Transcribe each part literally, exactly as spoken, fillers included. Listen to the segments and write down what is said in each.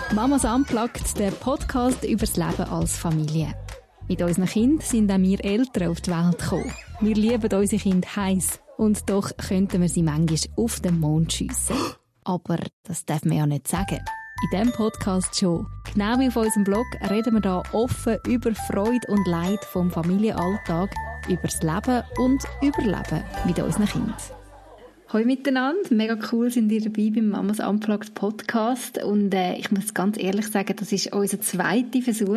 Mamas Unplugged, der Podcast über das Leben als Familie. Mit unseren Kindern sind auch wir Eltern auf die Welt gekommen. Wir lieben unsere Kinder heiß und doch könnten wir sie manchmal auf den Mond schiessen. Aber das darf man ja nicht sagen. In diesem Podcast schon. Genau wie auf unserem Blog reden wir hier offen über Freude und Leid vom Familienalltag, über das Leben und Überleben mit unseren Kindern. Hallo miteinander, mega cool sind ihr dabei beim Mamas Unplugged Podcast und äh, ich muss ganz ehrlich sagen, das ist unser zweiter Versuch.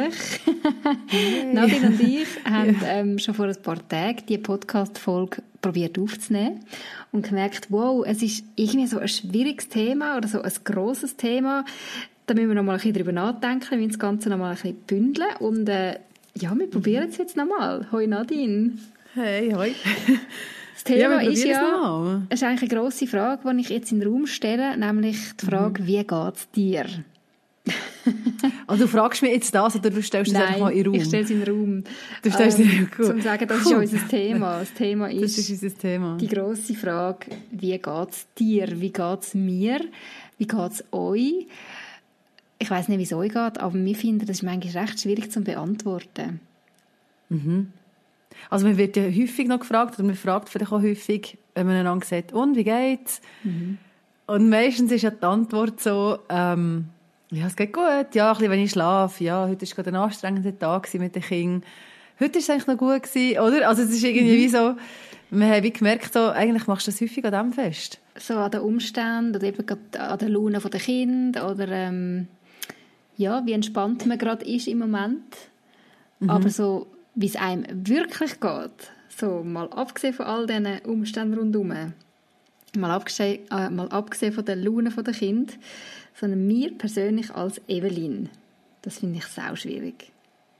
Hey. Nadine und ich haben ähm, schon vor ein paar Tagen die Podcast-Folge probiert aufzunehmen und gemerkt, wow, es ist irgendwie so ein schwieriges Thema oder so ein grosses Thema. Da müssen wir noch mal ein bisschen drüber nachdenken, wir müssen das Ganze noch mal ein bisschen bündeln und äh, ja, wir probieren es jetzt noch mal. Hoi Nadine. Hey, hoi. Das Thema ja, ist ja, es ist eigentlich eine grosse Frage, die ich jetzt in den Raum stelle, nämlich die Frage, mhm. wie geht es dir? Also du fragst mich jetzt das oder du stellst es einfach mal in den Raum? ich stelle es in den Raum. Du stellst es ähm, in den Raum. Um zu sagen, das cool. ist unser Thema. Das Thema ist, das ist unser Thema. Die grosse Frage, wie geht es dir? Wie geht es mir? Wie geht es euch? Ich weiss nicht, wie es euch geht, aber wir finden, das ist manchmal recht schwierig zu beantworten. Mhm. Also man wird ja häufig noch gefragt, oder man fragt vielleicht auch häufig, wenn man einander sagt, und, wie geht's? Mhm. Und meistens ist ja die Antwort so, ähm, ja, es geht gut, ja, ein bisschen, wenn ich schlafe, ja, heute war gerade ein anstrengender Tag mit den Kindern, heute war es eigentlich noch gut gewesen, oder? Also es ist irgendwie mhm. wie so, man hat wie gemerkt, so, eigentlich machst du das häufig an dem fest. So an den Umständen oder eben an der Laune der Kinder oder ähm, ja, wie entspannt man gerade ist im Moment. Mhm. Aber so, wie es einem wirklich geht, so mal abgesehen von all diesen Umständen rundherum, mal abgesehen, äh, mal abgesehen von der Laune der Kinder, sondern mir persönlich als Evelyn, das finde ich sau schwierig.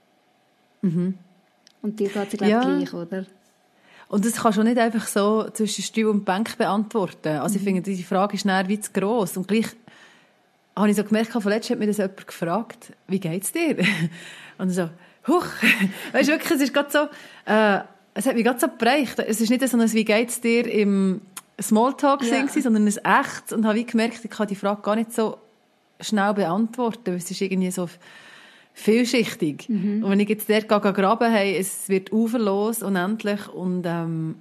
Mhm. Und dir geht es, glaube ich, ja. gleich, oder? Und das kannst du nicht einfach so zwischen Stuhl und Bank beantworten. Also mhm. ich finde, diese Frage ist näher wie zu gross. Und gleich habe ich so gemerkt, vorletzt hat mir das jemand gefragt, wie geht's dir? Und so, huch, weißt du wirklich, es ist gerade so, äh, es hat mich gerade so geprägt. Es ist nicht so ein «Wie geht's dir?» im Smalltalk-Sing, ja. sondern ein echtes. Und habe ich gemerkt, ich kann die Frage gar nicht so schnell beantworten, weil es ist irgendwie so vielschichtig. Mhm. Und wenn ich jetzt dort gehe, graben, hey, es wird uferlos, unendlich und ähm,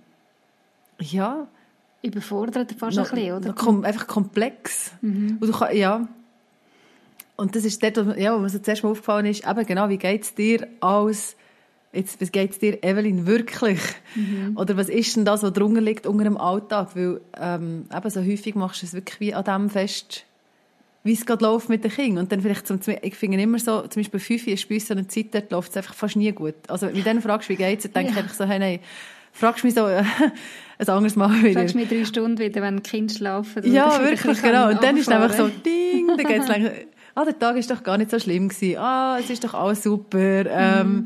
ja. Überfordert fast noch, ein bisschen, oder? Kom- einfach komplex. Mhm. Und du kann, ja. Und das ist dort, ja, wo mir so zuerst mal aufgefallen ist, eben genau, wie geht es dir als, jetzt, wie geht es dir, Evelyn, wirklich? Mhm. Oder was ist denn das, was drunter liegt, unter dem Alltag? Weil, ähm, eben so häufig machst du es wirklich wie an dem fest, wie es gerade läuft mit den Kindern. Und dann vielleicht, zum, ich finde immer so, zum Beispiel fünf ist bei uns so eine Zeit, dort läuft es einfach fast nie gut. Also, wenn du dann fragst, wie geht es, dann denke ja. ich einfach so, hey, nein, fragst du mich so, äh, ein anderes Mal wieder. Fragst du mich drei Stunden wieder, wenn die Kinder schlafen. Ja, wirklich, genau. Und dann ist es einfach so, ding, dann geht es lang. Ah, der Tag war doch gar nicht so schlimm gewesen. Ah, es ist doch alles super. Ähm, mhm.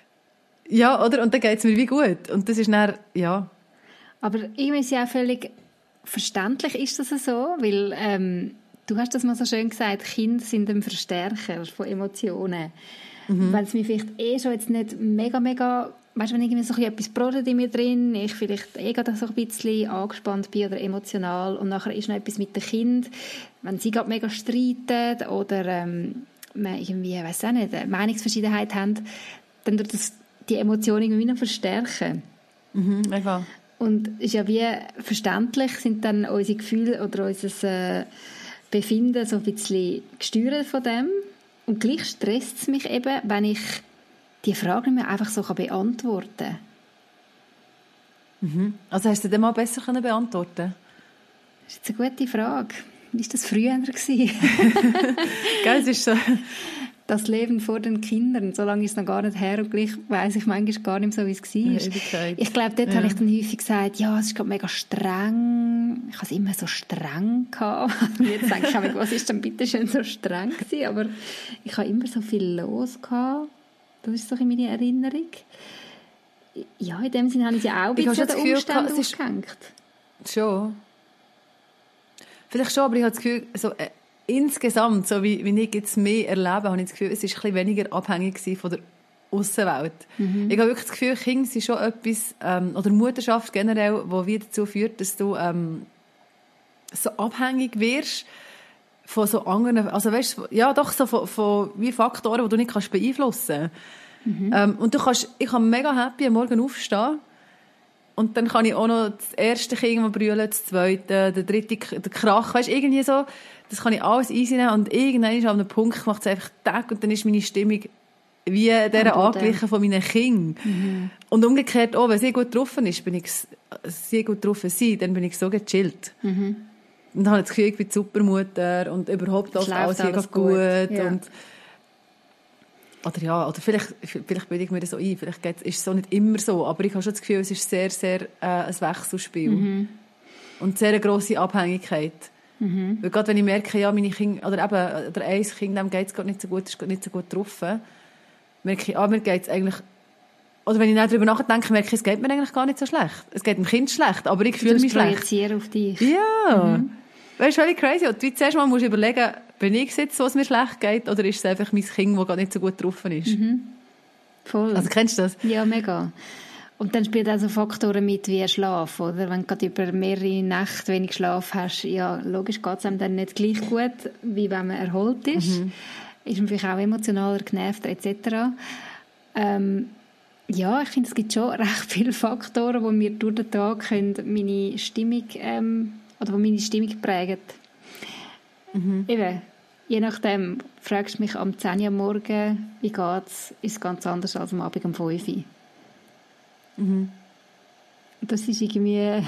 Ja, oder? Und dann geht es mir wie gut. Und das ist dann, ja. Aber ich meine, es ist ja auch völlig verständlich, ist das so, weil ähm, du hast das mal so schön gesagt, Kinder sind ein Verstärker von Emotionen. Mhm. Weil es mir vielleicht eh schon jetzt nicht mega, mega, weißt du, wenn irgendwie so etwas brodelt in mir drin, ich vielleicht eh gerade so ein bisschen angespannt bin oder emotional und nachher ist noch etwas mit dem Kind, wenn sie gerade mega streiten oder ähm, man irgendwie, weiss auch nicht, eine Meinungsverschiedenheit haben, dann tut das die Emotionen irgendwie noch verstärken. Mhm, mega. Und ist ja wie verständlich, sind dann unsere Gefühle oder unser äh, Befinden so ein bisschen gesteuert von dem. Und gleich stresst es mich eben, wenn ich die Frage nicht mehr einfach so beantworten kann. Mhm. Also hast du das mal besser beantworten? Das ist jetzt eine gute Frage. Wie war das früher gewesen? Gell, es ist so. Das Leben vor den Kindern, so lange ist es noch gar nicht her und gleich weiss ich manchmal gar nicht so, wie es war. Ja, ich glaube, dort ja. habe ich dann häufig gesagt, ja, es ist gerade mega streng. Ich habe es immer so streng gehabt. Jetzt denke ich, was ist denn bitte schön so streng gewesen? Aber ich habe immer so viel los gehabt. Das ist so in meiner Erinnerung. Ja, in dem Sinne habe ich ja auch ein bisschen an den Umständen aufgehängt. Schon. Vielleicht schon, aber ich habe das Gefühl, so, äh, insgesamt, so wie, wie ich jetzt mehr erlebe, habe ich das Gefühl, es war ein bisschen weniger abhängig von der Aussenwelt. Mhm. Ich habe wirklich das Gefühl, Kinder sind schon etwas, ähm, oder Mutterschaft generell, die dazu führt, dass du ähm, so abhängig wirst von so anderen, also weißt, ja doch, so von, von wie Faktoren, die du nicht kannst beeinflussen kannst. Mhm. Ähm, und du kannst, ich kann mega happy am Morgen aufstehen und dann kann ich auch noch das erste Kind, das brüllt, das zweite, der dritte, der Krach, weißt, irgendwie so, das kann ich alles einnehmen und irgendwann ist an einem Punkt, macht es einfach Tag und dann ist meine Stimmung wie der angeglichen von meinen Kindern. Mhm. Und umgekehrt auch, wenn sie gut drauf ist, bin ich, sie gut drauf sind, dann bin ich so gechillt. Mhm. Und dann habe ich das Gefühl, ich bin die Supermutter und überhaupt alles, alles, alles gut. gut ja. Und, oder ja, oder vielleicht, vielleicht bilde ich mir das so ein, vielleicht ist es so nicht immer so, aber ich habe schon das Gefühl, es ist sehr, sehr äh, ein Wechselspiel. Mhm. Und sehr eine grosse Abhängigkeit. Mhm. Weil gerade wenn ich merke, ja, meine Kinder, oder eben, oder ein Kind, dem geht es gerade nicht so gut, ist gerade nicht so gut drauf, merke ich, ah, mir geht es eigentlich, oder wenn ich nicht darüber nachdenke, merke ich, es geht mir eigentlich gar nicht so schlecht. Es geht dem Kind schlecht, aber ich fühle mich schlecht. Projizieren auf dich. Ja. Mhm. Weißt du, völlig crazy. Und du zuerst mal musst du überlegen, bin ich jetzt so, was mir schlecht geht, oder ist es einfach mein Kind, das gar nicht so gut drauf ist? Mhm. Voll. Also kennst du das? Ja, mega. Und dann spielen auch so Faktoren mit wie Schlaf, oder? Wenn du gerade über mehrere Nächte wenig Schlaf hast, ja, logisch geht es einem dann nicht gleich gut, wie wenn man erholt ist. Mhm. Ist man vielleicht auch emotionaler, genervter et cetera. Ähm, ja, ich finde, es gibt schon recht viele Faktoren, die mir durch den Tag können meine Stimmung, ähm, oder die meine Stimmung prägen. Mhm. Eben, je nachdem, fragst du mich am zehn Uhr am Morgen, wie geht's, ist es ganz anders als am Abend um fünf Uhr. Mhm. Das ist irgendwie, ja,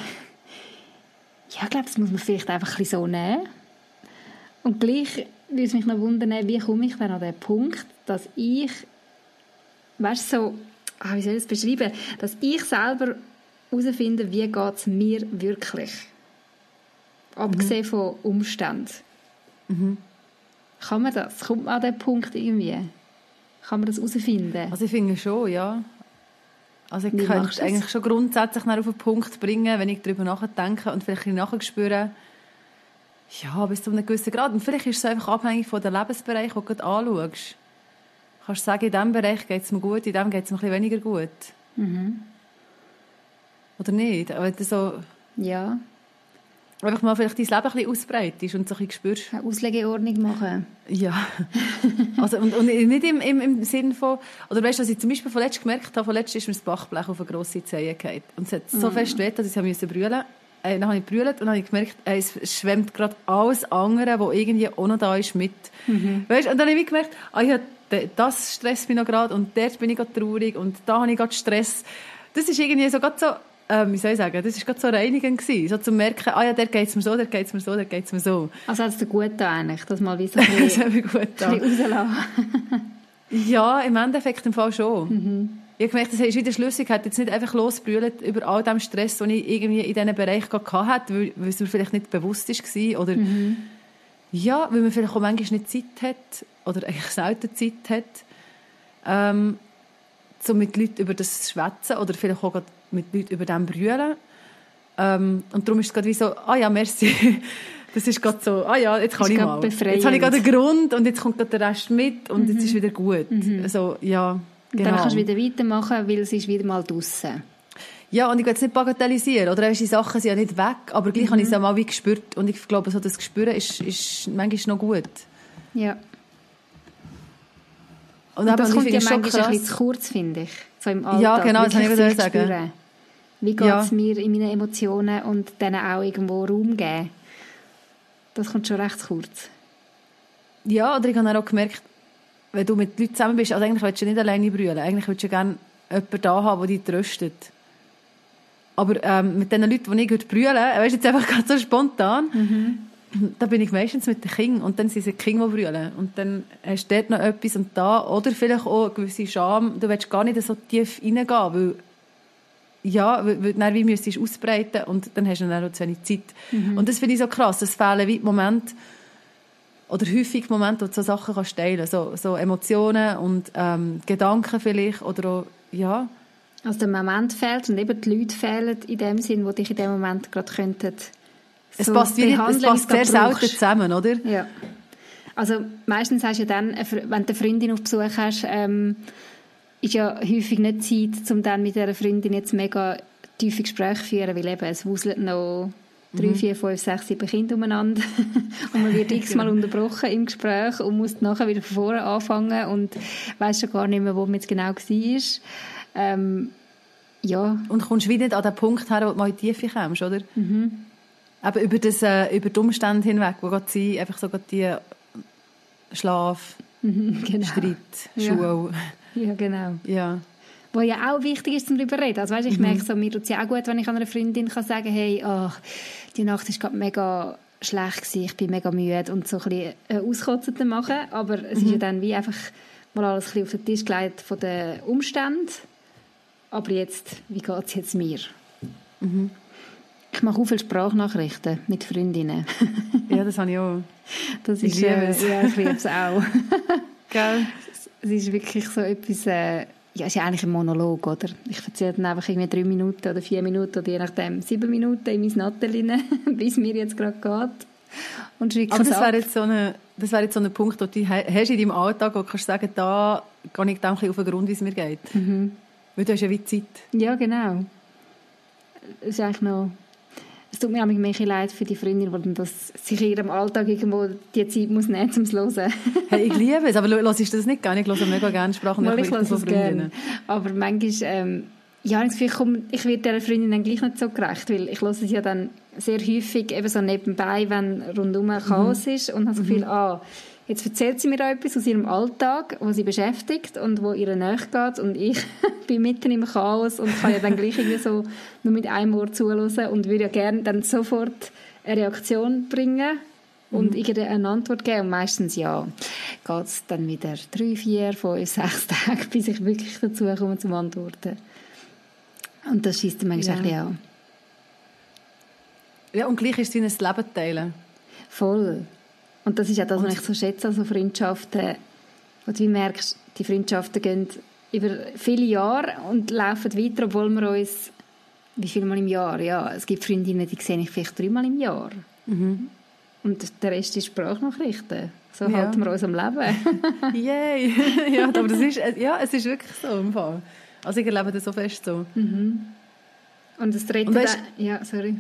ich glaube, das muss man vielleicht einfach ein bisschen so nehmen. Und gleich würde es mich noch wundern, wie komme ich dann an den Punkt, dass ich, weißt du, so, ah, wie soll ich das beschreiben, dass ich selber herausfinde, wie geht es mir wirklich. Abgesehen mhm. von Umständen. Mhm. Kann man das? Kommt man an den Punkt irgendwie? Kann man das herausfinden? Also ich finde schon, ja. Also ich könnte eigentlich schon grundsätzlich auf einen Punkt bringen, wenn ich darüber nachdenke und vielleicht nachspüre, ja, bis zu einem gewissen Grad. Und vielleicht ist es einfach abhängig von dem Lebensbereich, den du gerade anschaust. Du kannst sagen, in diesem Bereich geht es mir gut, in diesem geht es mir ein bisschen weniger gut. Mhm. Oder nicht? Aber so, ja. Einfach mal vielleicht dein Leben ein bisschen ausbreitest und so ein bisschen spürst. Eine Auslegeordnung machen. Ja. Also, und, und nicht im, im, im Sinn von, oder weißt du, was ich zum Beispiel von letztem gemerkt habe, von letztem ist mir das Bachblech auf eine grosse Zehe gefallen. Und es hat so mm. fest weh, dass ich musste brüllen. Äh, dann habe ich gebrüllt und dann habe ich gemerkt, äh, es schwemmt gerade alles andere, was irgendwie auch noch da ist, mit. Mhm. Weißt? Und dann habe ich gemerkt, ah, ja, das stresst mich noch gerade und dort bin ich gerade traurig und da habe ich gerade Stress. Das ist irgendwie so gerade so, ähm, wie soll ich sagen, das war gerade so reinigend gewesen, so zu merken, ah ja, dort geht es mir so, dort geht es mir so, dort geht es mir so. Also hat es dir gut getan eigentlich, das mal wie so ein bisschen, ein bisschen rauslassen? Ja, im Endeffekt im Fall schon. Mhm. Ich habe gemerkt, das ist wieder schlüssig. Ich hätte jetzt nicht einfach losgebrüllt über all den Stress, den ich irgendwie in diesen Bereich hatte, weil, weil es mir vielleicht nicht bewusst war. Oder mhm. ja, weil man vielleicht auch manchmal nicht Zeit hat oder eigentlich selten Zeit hat, ähm, so mit Leuten über das zu schwätzen oder vielleicht auch mit Leuten über das brüllen. Ähm, und darum ist es gerade wie so, ah ja, merci. Das ist gerade so, ah ja, jetzt kann ich mal. Befreiend. Jetzt habe ich gerade einen Grund und jetzt kommt gerade der Rest mit und mhm. jetzt ist wieder gut. Mhm. Also, ja. Und genau. Dann kannst du wieder weitermachen, weil es ist wieder mal draussen. Ja, und ich will es nicht bagatellisieren. Oder die Sachen sind ja nicht weg, aber gleich mhm. habe ich es auch mal wie gespürt. Und ich glaube, so das Gespüren ist, ist manchmal noch gut. Ja. Und, und das kommt ja manchmal ein bisschen zu kurz, finde ich. So im Alltag. Ja, genau, das kann ich wieder sagen. Spüren. Wie geht es ja. mir in meinen Emotionen und denen auch irgendwo Raum geben? Das kommt schon recht zu kurz. Ja, oder ich habe auch gemerkt, wenn du mit Leuten zusammen bist, also eigentlich willst du nicht alleine brüllen. Eigentlich willst du gerne jemanden da haben, der dich tröstet. Aber ähm, mit den Leuten, die ich heute brüllen, weißt du, jetzt einfach ganz so spontan, mhm. da bin ich meistens mit den Kindern und dann sind es die Kinder, die brüllen. Und dann hast du dort noch etwas und da, oder vielleicht auch eine gewisse Scham, du willst gar nicht so tief reingehen, weil ja, weil, weil dann wie müsstest du ausbreiten und dann hast du dann auch zu wenig Zeit. Mhm. Und das finde ich so krass, es fehlen wie Momente, oder häufig Momente, wo du so Sachen kannst teilen kannst, so, so Emotionen und ähm, Gedanken vielleicht, oder auch, ja. Also der Moment fehlt und eben die Leute fehlen in dem Sinn, wo dich in dem Moment gerade könnten so es passt, wie nicht, es passt sehr selten zusammen, oder? Ja. Also meistens hast du ja dann, wenn du eine Freundin auf Besuch hast, ähm, ist ja häufig nicht Zeit, um dann mit dieser Freundin jetzt mega tiefe Gespräche zu führen, weil eben es wuselt noch drei, vier, fünf, sechs, sieben Kinder umeinander und man wird x-mal genau. unterbrochen im Gespräch und muss nachher wieder von vorne anfangen und weiss schon gar nicht mehr, wo man jetzt genau war. Ähm, ja. Und kommst wieder nicht an den Punkt her, wo du mal in die Tiefe kommst, oder? Mhm. Aber über, das, äh, über die Umstände hinweg, wo gerade sie einfach so die Schlaf, mhm, genau. Streit, Schule. Ja, ja genau. Ja. Wo ja auch wichtig ist, um darüber zu reden. Also, weißt, ich mhm. merke so, mir tut es ja auch gut, wenn ich einer Freundin kann sagen, hey, ach, die Nacht war gerade mega schlecht gewesen, ich bin mega müde und so ein bisschen äh, auskotzen machen. Aber es mhm. ist ja dann wie einfach mal alles ein bisschen auf den Tisch gelegt von den Umständen. Aber jetzt, wie geht es jetzt mir? Mhm. Ich mache auch viele Sprachnachrichten mit Freundinnen. Ja, das habe ich auch. Das ist, ich liebe äh, es. Ja, ich liebe es auch. Gell? Es ist wirklich so etwas... Äh, ja, es ist ja eigentlich ein Monolog, oder? Ich erzähle dann einfach irgendwie drei Minuten oder vier Minuten oder je nachdem sieben Minuten in mein Nattel rein, wie es mir jetzt gerade geht. Und schicke Aber es das ab. wäre jetzt so eine, das wäre jetzt so ein Punkt, den du hast in deinem Alltag, wo du kannst sagen, da gehe ich dann ein bisschen auf den Grund, wie es mir geht. Mhm. Weil du hast ja wie Zeit. Ja, genau. Es ist eigentlich noch... Es tut mir auch ein bisschen leid für die Freundin, die das sich in ihrem Alltag irgendwo die Zeit muss nehmen, um es zu hören. Hey, ich liebe es, aber hörst du das nicht gerne? Ich höre mega gerne Sprachnachrichten von Freundinnen. Aber manchmal, ähm, ja, ich, komm, ich werde dieser Freundin dann gleich nicht so gerecht, weil ich höre es ja dann sehr häufig eben so nebenbei, wenn rundum Chaos mhm. ist und habe so viel, mhm. ah, jetzt erzählt sie mir etwas aus ihrem Alltag, was sie beschäftigt und wo ihr nachgeht und ich bin mitten im Chaos und kann ja dann gleich irgendwie so nur mit einem Ohr zuhören und würde ja gerne dann sofort eine Reaktion bringen und mhm. eine Antwort geben. Und meistens, ja, geht es dann wieder drei, vier, fünf, sechs Tage, bis ich wirklich dazu komme zum Antworten. Und das scheisst dann manchmal ja. ein bisschen an. Ja, und gleich ist es wie ein Leben teilen. Voll. Und das ist auch das, was ich so schätze, also Freundschaften, wo du merkst, die Freundschaften gehen über viele Jahre und laufen weiter, obwohl wir uns, wie viel Mal im Jahr, ja, es gibt Freundinnen, die sehe ich vielleicht dreimal im Jahr. Mhm. Und der Rest ist Sprachnachrichten. So ja. halten wir uns am Leben. Yay! Ja, aber das ist, ja, es ist wirklich so im Fall. Also ich erlebe das so fest so. Mhm. Und das dritte... Und weißt, da, ja, sorry.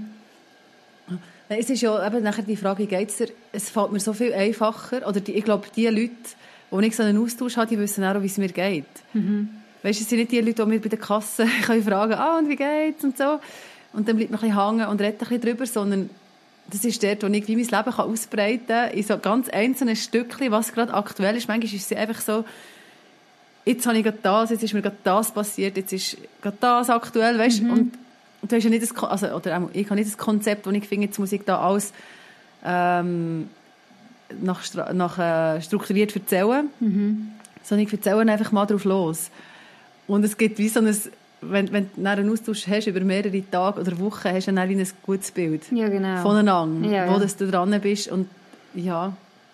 Es ist ja eben nachher die Frage, geht's dir, es fällt mir so viel einfacher, oder die, ich glaube, die Leute, die ich so einen Austausch habe, die wissen auch, wie es mir geht. Mhm. Weißt du, es sind nicht die Leute, die mir bei der Kasse können fragen, ah, und wie geht's und so. Und dann bleibt man ein bisschen hängen und redet ein bisschen drüber, sondern das ist dort, wo ich wie mein Leben kann ausbreiten kann, in so ganz einzelnen Stückchen, was gerade aktuell ist. Manchmal ist es einfach so, jetzt habe ich gerade das, jetzt ist mir gerade das passiert, jetzt ist gerade das aktuell, weißt du, mhm. und du hast ja nicht das, also, oder ich habe nicht das Konzept, wo ich finde, jetzt muss ich da alles ähm, nach, nach äh, strukturiert erzählen, mhm. sondern ich erzähle einfach mal drauf los. Und es gibt wie so ein, wenn, wenn du einen Austausch hast über mehrere Tage oder Wochen, hast du dann wie ein gutes Bild ja, genau. voneinander, ja, wo ja. das du dran bist und ja.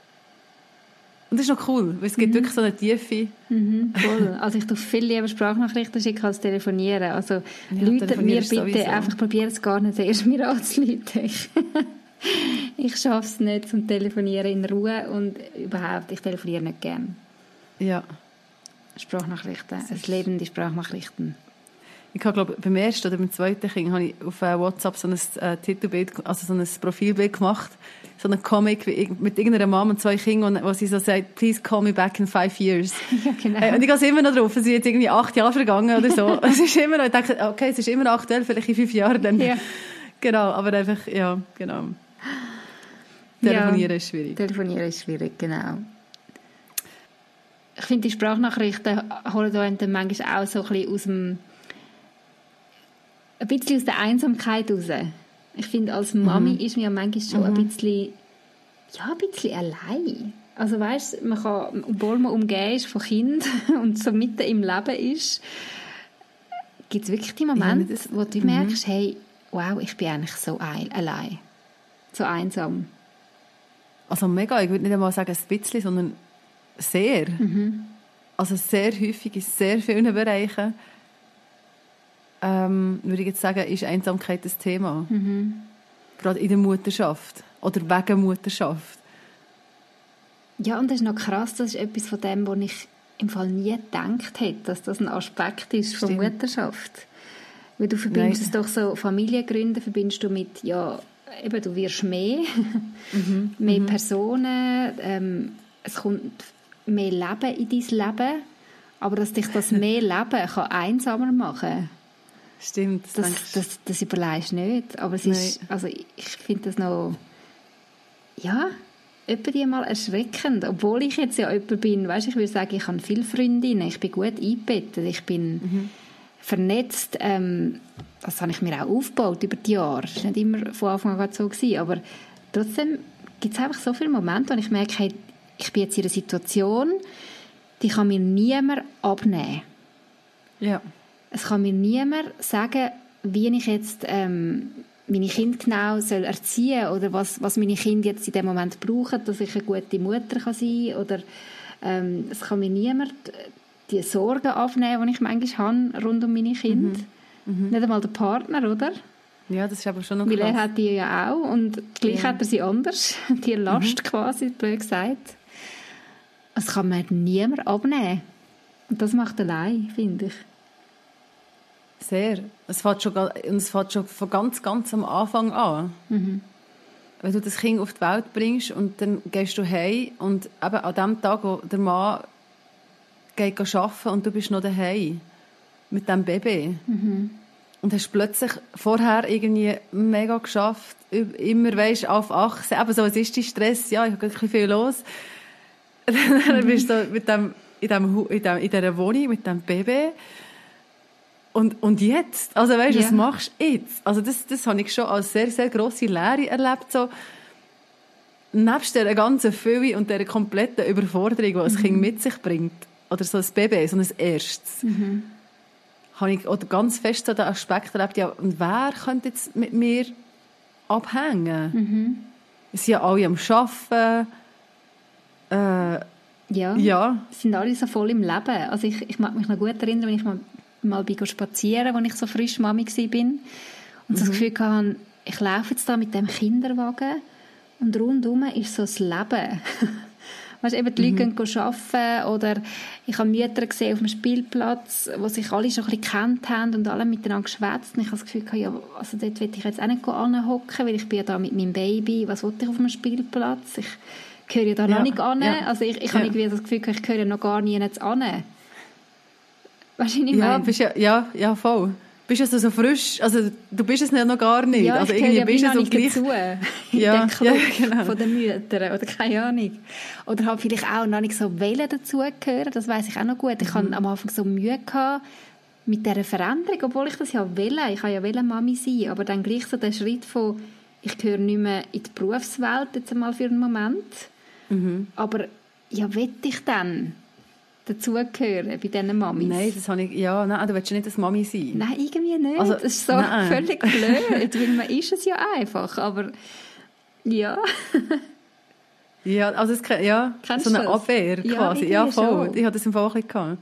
Und das ist noch cool, weil es gibt mhm. wirklich so eine Tiefe. Mhm, voll. Also ich tue viel lieber Sprachnachrichten schicken als telefonieren. Also ja, Leute, mir bitte sowieso. Einfach probieren es gar nicht erst mir anzuleiten. Ich, ich schaffe es nicht zum Telefonieren in Ruhe und überhaupt, ich telefoniere nicht gern. Ja. Sprachnachrichten, es leben die Sprachnachrichten. Ich habe, glaube beim ersten oder beim zweiten Kind habe ich auf WhatsApp so ein äh, Titelbild, also so ein Profilbild gemacht, so einen Comic mit irgendeiner Mama und zwei Kindern, wo sie so sagt, please call me back in five years. Ja, genau. Äh, und ich gehe es immer noch drauf, es sind jetzt irgendwie acht Jahre vergangen oder so. Es ist immer noch, ich denke, okay, es ist immer noch aktuell, vielleicht in fünf Jahren dann. Ja. Genau, aber einfach, ja, genau. Telefonieren ja, ist schwierig. Telefonieren ist schwierig, genau. Ich finde, die Sprachnachrichten holen da manchmal auch so ein bisschen aus dem ein bisschen aus der Einsamkeit raus. Ich finde, als Mami mhm. ist man ja manchmal schon mhm. ein bisschen, ja, ein bisschen allein. Also weißt, man kann, obwohl man umgeben ist von Kindern und so mitten im Leben ist, gibt es wirklich die Momente, ja, das, wo du mhm. merkst, hey, wow, ich bin eigentlich so ein, allein. So einsam. Also mega, ich würde nicht einmal sagen ein bisschen, sondern sehr. Mhm. Also sehr häufig in sehr vielen Bereichen. Ähm, würde ich jetzt sagen, ist Einsamkeit das Thema. Mhm. Gerade in der Mutterschaft oder wegen Mutterschaft. Ja, und das ist noch krass, das ist etwas von dem, was ich im Fall nie gedacht hätte, dass das ein Aspekt ist von Mutterschaft. Weil du verbindest es doch so, Familiengründen verbindest du mit, ja, eben, du wirst mehr, Mhm. mehr Mhm. Personen, ähm, es kommt mehr Leben in dein Leben, aber dass dich das mehr Leben kann einsamer machen, Stimmt, das, das, das, das überlegst du nicht. Aber es ist, also ich finde das noch, ja, etwa die mal erschreckend, obwohl ich jetzt ja jemand bin, weißt, ich würde sagen, ich habe viele Freundinnen, ich bin gut eingebettet, ich bin Mhm. vernetzt, ähm, das habe ich mir auch aufgebaut über die Jahre, das war nicht immer von Anfang an so gewesen, aber trotzdem gibt es einfach so viele Momente, wo ich merke, hey, ich bin jetzt in einer Situation, die kann mir niemand abnehmen. Ja. Es kann mir niemand sagen, wie ich jetzt ähm, meine Kinder genau soll erziehen oder was, was meine Kinder jetzt in dem Moment brauchen, dass ich eine gute Mutter kann sein kann. Oder ähm, es kann mir niemand die Sorgen abnehmen, die ich manchmal habe rund um meine Kinder. Mhm. Nicht einmal der Partner, oder? Ja, das ist aber schon noch krass. krass. Weil er hat die ja auch und gleich ja. hat er sie anders. Die Last mhm. quasi, blöd gesagt. Das kann mir niemand abnehmen. Und das macht allein, finde ich. Sehr. Es fängt schon, es fängt schon von ganz, ganz am Anfang an. Mhm. Wenn du das Kind auf die Welt bringst und dann gehst du heim und eben an dem Tag, wo der Mann geht arbeiten und du bist noch daheim mit dem Baby. Mhm. Und hast plötzlich vorher irgendwie mega geschafft, immer weisst, auf Achse, eben so, es ist die Stress, ja, ich habe ein viel los. Dann mhm. bist du mit dem, in, dem, in, dem, in dieser Wohnung mit dem Baby. Und, und jetzt? Also weißt du, yeah. was machst du jetzt? Also das, das habe ich schon als sehr, sehr grosse Lehre erlebt. So, nebst dieser ganzen Fülle und dieser kompletten Überforderung, die ein mhm. Kind mit sich bringt, oder so ein Baby, so ein erstes, mhm. habe ich oder ganz fest so den Aspekt erlebt, ja, und wer könnte jetzt mit mir abhängen? Mhm. Wir sind ja alle am Arbeiten. Äh, ja, ja. sind alle so voll im Leben. Also ich, ich mag mich noch gut erinnern, wenn ich mal mal bin spazieren, als ich so frisch Mami war. Und mhm. so das Gefühl hatte, ich laufe jetzt da mit dem Kinderwagen und rundherum ist so das Leben. Weißt, eben die mhm. Leute gehen arbeiten oder ich habe Mütter gesehen auf dem Spielplatz, wo sich alle schon ein bisschen gekannt haben und alle miteinander geschwätzt. Und ich habe das Gefühl, ja, also dort will ich jetzt auch nicht anhocken, weil ich bin ja da mit meinem Baby. Was will ich auf dem Spielplatz? Ich gehöre ja da ja. noch nicht an. Ja. Also ich, ich ja. habe irgendwie das Gefühl, ich gehöre noch gar nie an. Weißt du, was ich ja, meine? bist ja, ja, ja, voll. Bist also so frisch, also du bist es noch gar nicht. Ja, also ich irgendwie ja bist du so gleich dazu. In ja, den Club ja, genau. von den Müttern oder keine Ahnung. Oder habe vielleicht auch noch nicht so wollen dazugehören, das weiss ich auch noch gut. Ich mhm. hatte am Anfang so Mühe gehabt mit dieser Veränderung, obwohl ich das ja wollte. Ich wollte ja wollen Mami sein, aber dann gleich so der Schritt von, ich gehöre nicht mehr in die Berufswelt jetzt einmal für einen Moment. Mhm. Aber ja, will ich dann dazugehören bei diesen Mamis? Nein, das habe ich, ja, nein, du willst ja nicht als Mami sein. Nein, irgendwie nicht. Also, das ist so nein. völlig blöd, weil man ist es ja einfach, aber ja. ja, also es, ja, Kennst so eine das? Abwehr quasi. Ja, ja voll. Schon. Ich hatte das im Fall auch ein bisschen.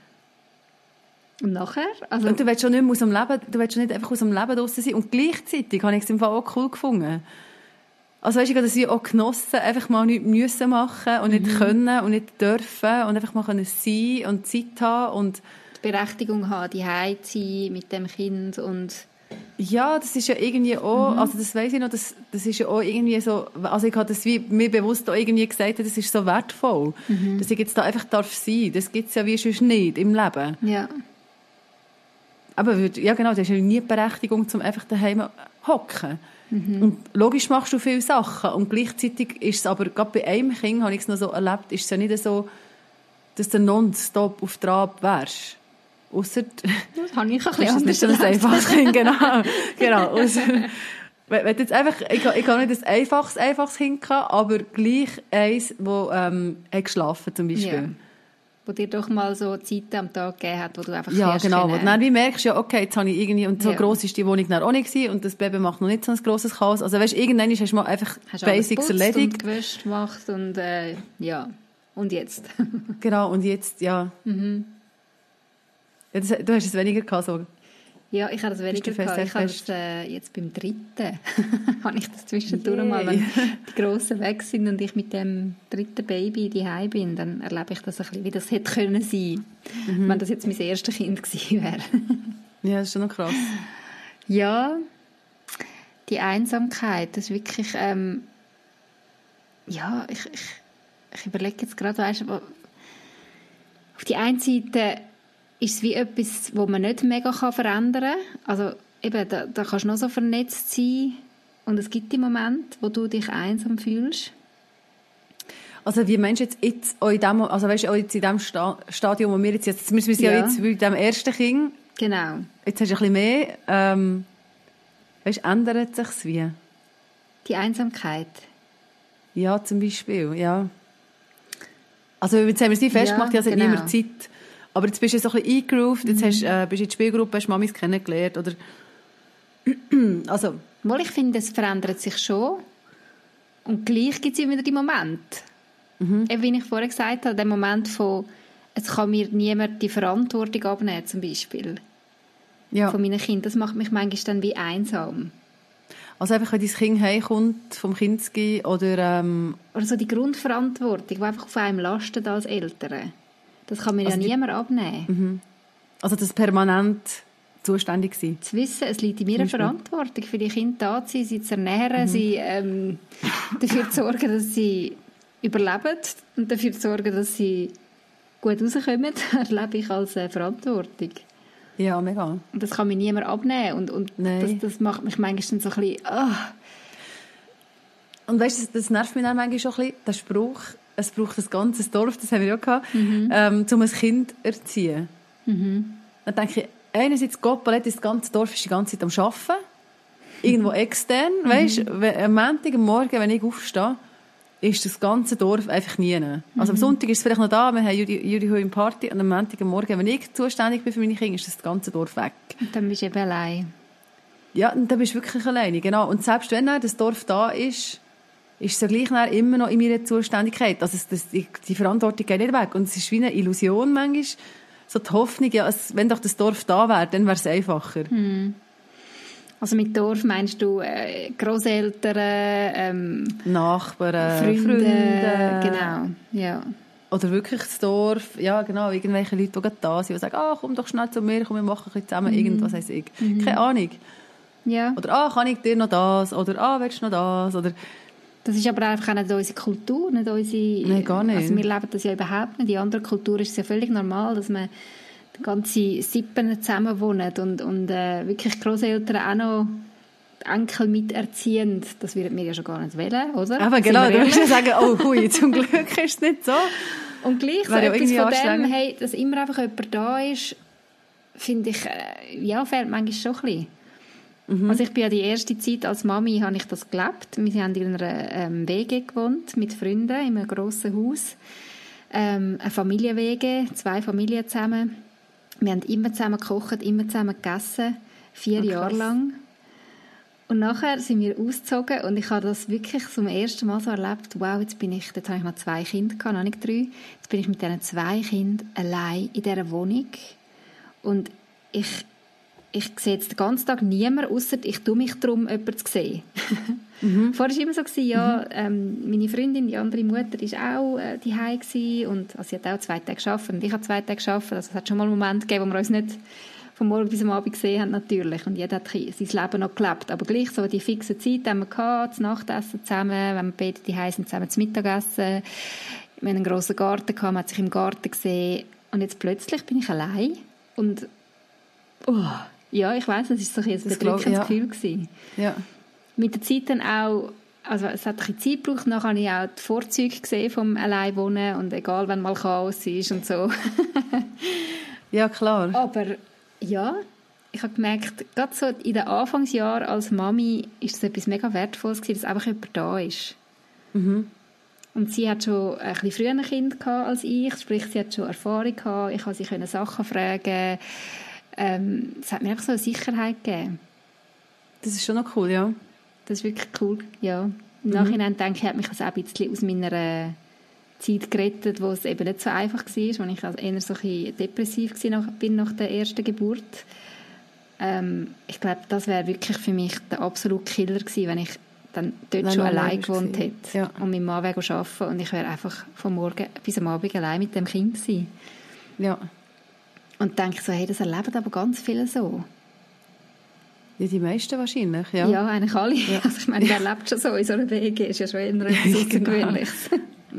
Und nachher? Also, und du willst schon nicht mehr aus dem Leben, du willst schon nicht einfach aus dem Leben draussen sein. Und gleichzeitig habe ich es im Fall auch cool gefunden. Also weißt du, dass ich auch genossen, einfach mal nichts müssen machen und nicht mhm. können und nicht dürfen und einfach mal können sein und Zeit haben und die Berechtigung haben, die Hause zu sein mit dem Kind und ja, das ist ja irgendwie auch, mhm. also das weiss ich noch, das, das ist ja auch irgendwie so, also ich habe das wie mir bewusst auch irgendwie gesagt, das ist so wertvoll, mhm. dass ich jetzt da einfach darf sein, das gibt es ja wie sonst nicht im Leben. Ja. Aber ja genau, du hast ja nie die Berechtigung, um einfach daheim zu hocken. Mhm. Und logisch machst du viele Sachen und gleichzeitig ist es aber, gerade bei einem Kind habe ich es noch so erlebt, ist es ja nicht so, dass du nonstop auf Trab wärst. Ausser, das habe ich ein bisschen anders nicht so ein einfaches Kind, genau. genau. Ausser, wenn jetzt einfach, ich, ich habe nicht ein einfaches, einfaches Kind gehabt, aber gleich eins, das ähm, hat geschlafen zum Beispiel. Ja. Wo dir doch mal so Zeiten am Tag gegeben hat, wo du einfach ja, genau. Können. Wo dann wie merkst ja, okay, jetzt habe ich irgendwie, und so ja. gross ist die Wohnung dann auch nicht gewesen, und das Baby macht noch nicht so ein grosses Chaos. Also weißt, irgendwann hast du mal einfach hast Basics erledigt. Und gewischt gemacht und, äh, ja. Und jetzt? Genau, und jetzt, ja. Mhm. ja das, du hast es weniger gehabt, so. Ja, ich habe das weniger gehabt. Ich habe das, äh, jetzt beim dritten habe ich das zwischendurch yeah. mal, wenn die Grossen weg sind und ich mit dem dritten Baby daheim bin, dann erlebe ich das ein bisschen, wie das hätte können sein, mhm. wenn das jetzt mein erstes Kind gewesen wäre. Ja, das ist schon noch krass. Ja, die Einsamkeit, das ist wirklich, ähm, ja, ich, ich, ich überlege jetzt gerade, weißt du, auf die einen Seite ist es wie etwas, wo man nicht mega verändern kann. Also eben, da, da kannst du noch so vernetzt sein und es gibt die Momente, wo du dich einsam fühlst. Also wie meinst du jetzt, jetzt auch in dem, also weißt du, auch jetzt in dem Sta- Stadium, wo wir jetzt, jetzt müssen wir ja. ja jetzt bei dem ersten Kind. Genau. Jetzt hast du ein bisschen mehr, ähm, weißt du, ändert sich es wie? Die Einsamkeit. Ja, zum Beispiel, ja. Also jetzt haben wir sie festgemacht, ja, es hat genau. niemand Zeit. Aber jetzt bist du so ein bisschen eingegroovt, jetzt mhm. hast, äh, bist du in der Spielgruppe, hast Mamis kennengelernt, oder... also... Wohl, ich finde, es verändert sich schon. Und gleich gibt es immer wieder die Momente. Mhm. Eben, wie ich vorher gesagt habe, der Moment von, es kann mir niemand die Verantwortung abnehmen, zum Beispiel. Ja. Von meinen Kindern. Das macht mich manchmal dann wie einsam. Also einfach, wenn dein Kind heimkommt, vom Kinski, oder... Ähm oder so die Grundverantwortung, die einfach auf einem lastet als Eltern. Das kann mir also ja die... niemand abnehmen. Mhm. Also das permanent zuständig sein. Zu wissen, es liegt in mir eine Verantwortung, für die Kinder da zu sein, sie zu ernähren, mhm. sie ähm, dafür zu sorgen, dass sie überleben und dafür zu sorgen, dass sie gut rauskommen, erlebe ich als äh, Verantwortung. Ja, mega. Und das kann mir niemand abnehmen. Und, und das, das macht mich manchmal so ein bisschen... Oh. Und weißt du, das, das nervt mich dann manchmal schon ein bisschen, der Spruch, es braucht ein ganzes Dorf, das haben wir ja gehabt, mhm. ähm, um ein Kind zu erziehen. Mhm. Dann denke ich, einerseits, Gott, das ganze Dorf ist die ganze Zeit am Arbeiten, irgendwo extern, mhm. weißt du, am Montag, am Morgen, wenn ich aufstehe, ist das ganze Dorf einfach nie. Mhm. Also am Sonntag ist es vielleicht noch da, wir haben Juri Hui im Party, und am Montag, am Morgen, wenn ich zuständig bin für meine Kinder, ist das ganze Dorf weg. Und dann bist du eben allein. Ja, und dann bist du wirklich alleine, genau. Und selbst wenn das Dorf da ist, ist es ja gleich immer noch in meiner Zuständigkeit. Also das, die, die Verantwortung geht nicht weg. Und es ist wie eine Illusion manchmal, so die Hoffnung, ja, es, wenn doch das Dorf da wäre, dann wäre es einfacher. Mhm. Also mit Dorf meinst du äh, Grosseltern, ähm, Nachbarn, Freunde, Freunde, genau, ja. Oder wirklich das Dorf, ja genau, irgendwelche Leute, die da sind, die sagen, ah, komm doch schnell zu mir, komm, wir machen ein bisschen zusammen, mhm. irgendwas heisst ich. Mhm. Keine Ahnung. Ja. Oder, ah, kann ich dir noch das? Oder, ah, willst du noch das? Oder... Das ist aber einfach auch nicht unsere Kultur, nicht unsere... Nein, gar nicht. Also wir leben das ja überhaupt nicht. In anderen Kulturen ist es ja völlig normal, dass man ganze Sippen zusammen wohnen und, und äh, wirklich Grosseltern auch noch die Enkel miterziehen. Das würden wir ja schon gar nicht wählen, oder? Aber genau, du musst ja sagen, oh hui, zum Glück ist es nicht so. Und gleich so etwas von dem, hey, dass immer einfach jemand da ist, finde ich, äh, ja, fehlt manchmal schon ein bisschen. Mhm. Also ich bin ja die erste Zeit als Mami, habe ich das gelebt. Wir haben in einer ähm, W G gewohnt, mit Freunden, in einem grossen Haus. Ähm, eine Familien-W G, zwei Familien zusammen. Wir haben immer zusammen gekocht, immer zusammen gegessen, vier oh, Jahre lang. Und nachher sind wir ausgezogen und ich habe das wirklich zum ersten Mal so erlebt. Wow, jetzt bin ich, jetzt habe ich noch zwei Kinder gehabt, noch nicht drei. Jetzt bin ich mit diesen zwei Kindern allein in dieser Wohnung. Und ich, ich sehe jetzt den ganzen Tag niemanden, ausser ich tue mich darum, jemanden zu sehen. Mhm. Vorher war es immer so, ja, ähm, meine Freundin, die andere Mutter, war auch äh, daheim gewesen und also sie hat auch zwei Tage gearbeitet und ich habe zwei Tage gearbeitet. Also es hat schon mal einen Moment gegeben, wo wir uns nicht von morgen bis am Abend gesehen haben, natürlich. Und jeder hat sein Leben noch gelebt. Aber gleich so die fixe Zeit haben wir gehabt, das Nachtessen zusammen, wenn wir beide daheim sind, zusammen zum Mittagessen. Wir haben einen grossen Garten gehabt, man hat sich im Garten gesehen. Und jetzt plötzlich bin ich allein und oh, ja, ich weiss, es war so ein bedrückendes ja. Gefühl gewesen. Ja. Mit der Zeit dann auch, also es hat ein bisschen Zeit gebraucht, dann habe ich auch die Vorzüge gesehen vom Alleinwohnen und egal, wenn mal Chaos ist und so. Ja, klar. Aber ja, ich habe gemerkt, gerade so in den Anfangsjahren als Mami ist es etwas mega Wertvolles gewesen, dass einfach jemand da ist. Mhm. Und sie hat schon ein bisschen früher ein Kind gehabt als ich, sprich, sie hat schon Erfahrung gehabt, ich konnte sie Sachen fragen. Ähm, es hat mir einfach so eine Sicherheit gegeben. Das ist schon noch cool, ja. Das ist wirklich cool, ja. Im mhm. Nachhinein denke ich, hat mich das auch ein bisschen aus meiner Zeit gerettet, wo es eben nicht so einfach war, wo ich also eher so ein bisschen depressiv bin nach der ersten Geburt. Ähm, ich glaube, das wäre wirklich für mich der absolute Killer gewesen, wenn ich dann dort wenn schon allein gewohnt hätte ja. und mein Mann wäre arbeiten und ich wäre einfach von morgen bis am Abend allein mit dem Kind gewesen. Ja. Und denke so, hey, das erleben aber ganz viele so. Ja, die meisten wahrscheinlich, ja. Ja, eigentlich alle. Ja. Also ich meine, wer lebt schon so in so einer W G? Ist ja schon eher etwas Außergewöhnliches.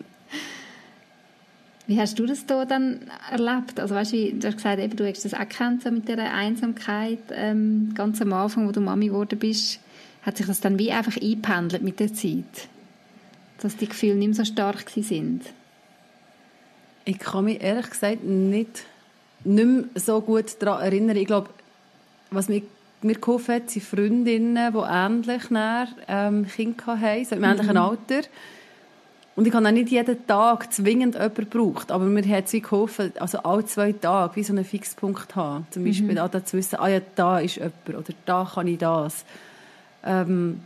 Wie hast du das da dann erlebt? Also weißt, wie, du hast gesagt, eben, du hast das auch gekannt, so mit dieser Einsamkeit, ähm, ganz am Anfang, wo du Mami geworden bist. Hat sich das dann wie einfach eingependelt mit der Zeit? Dass die Gefühle nicht mehr so stark sind? Ich kann mich ehrlich gesagt nicht, nicht mehr so gut daran erinnern. Ich glaube, was mir, mir geholfen hat, sind Freundinnen, die ähnlich näher, ähm, Kinder hatten, so im ähnlichen mhm. Alter. Und ich habe auch nicht jeden Tag zwingend jemanden gebraucht, aber mir hat es geholfen, also alle zwei Tage wie so einen Fixpunkt haben. Zum Beispiel mhm. auch da zu wissen, ah ja, da ist jemand oder da kann ich das. Ähm,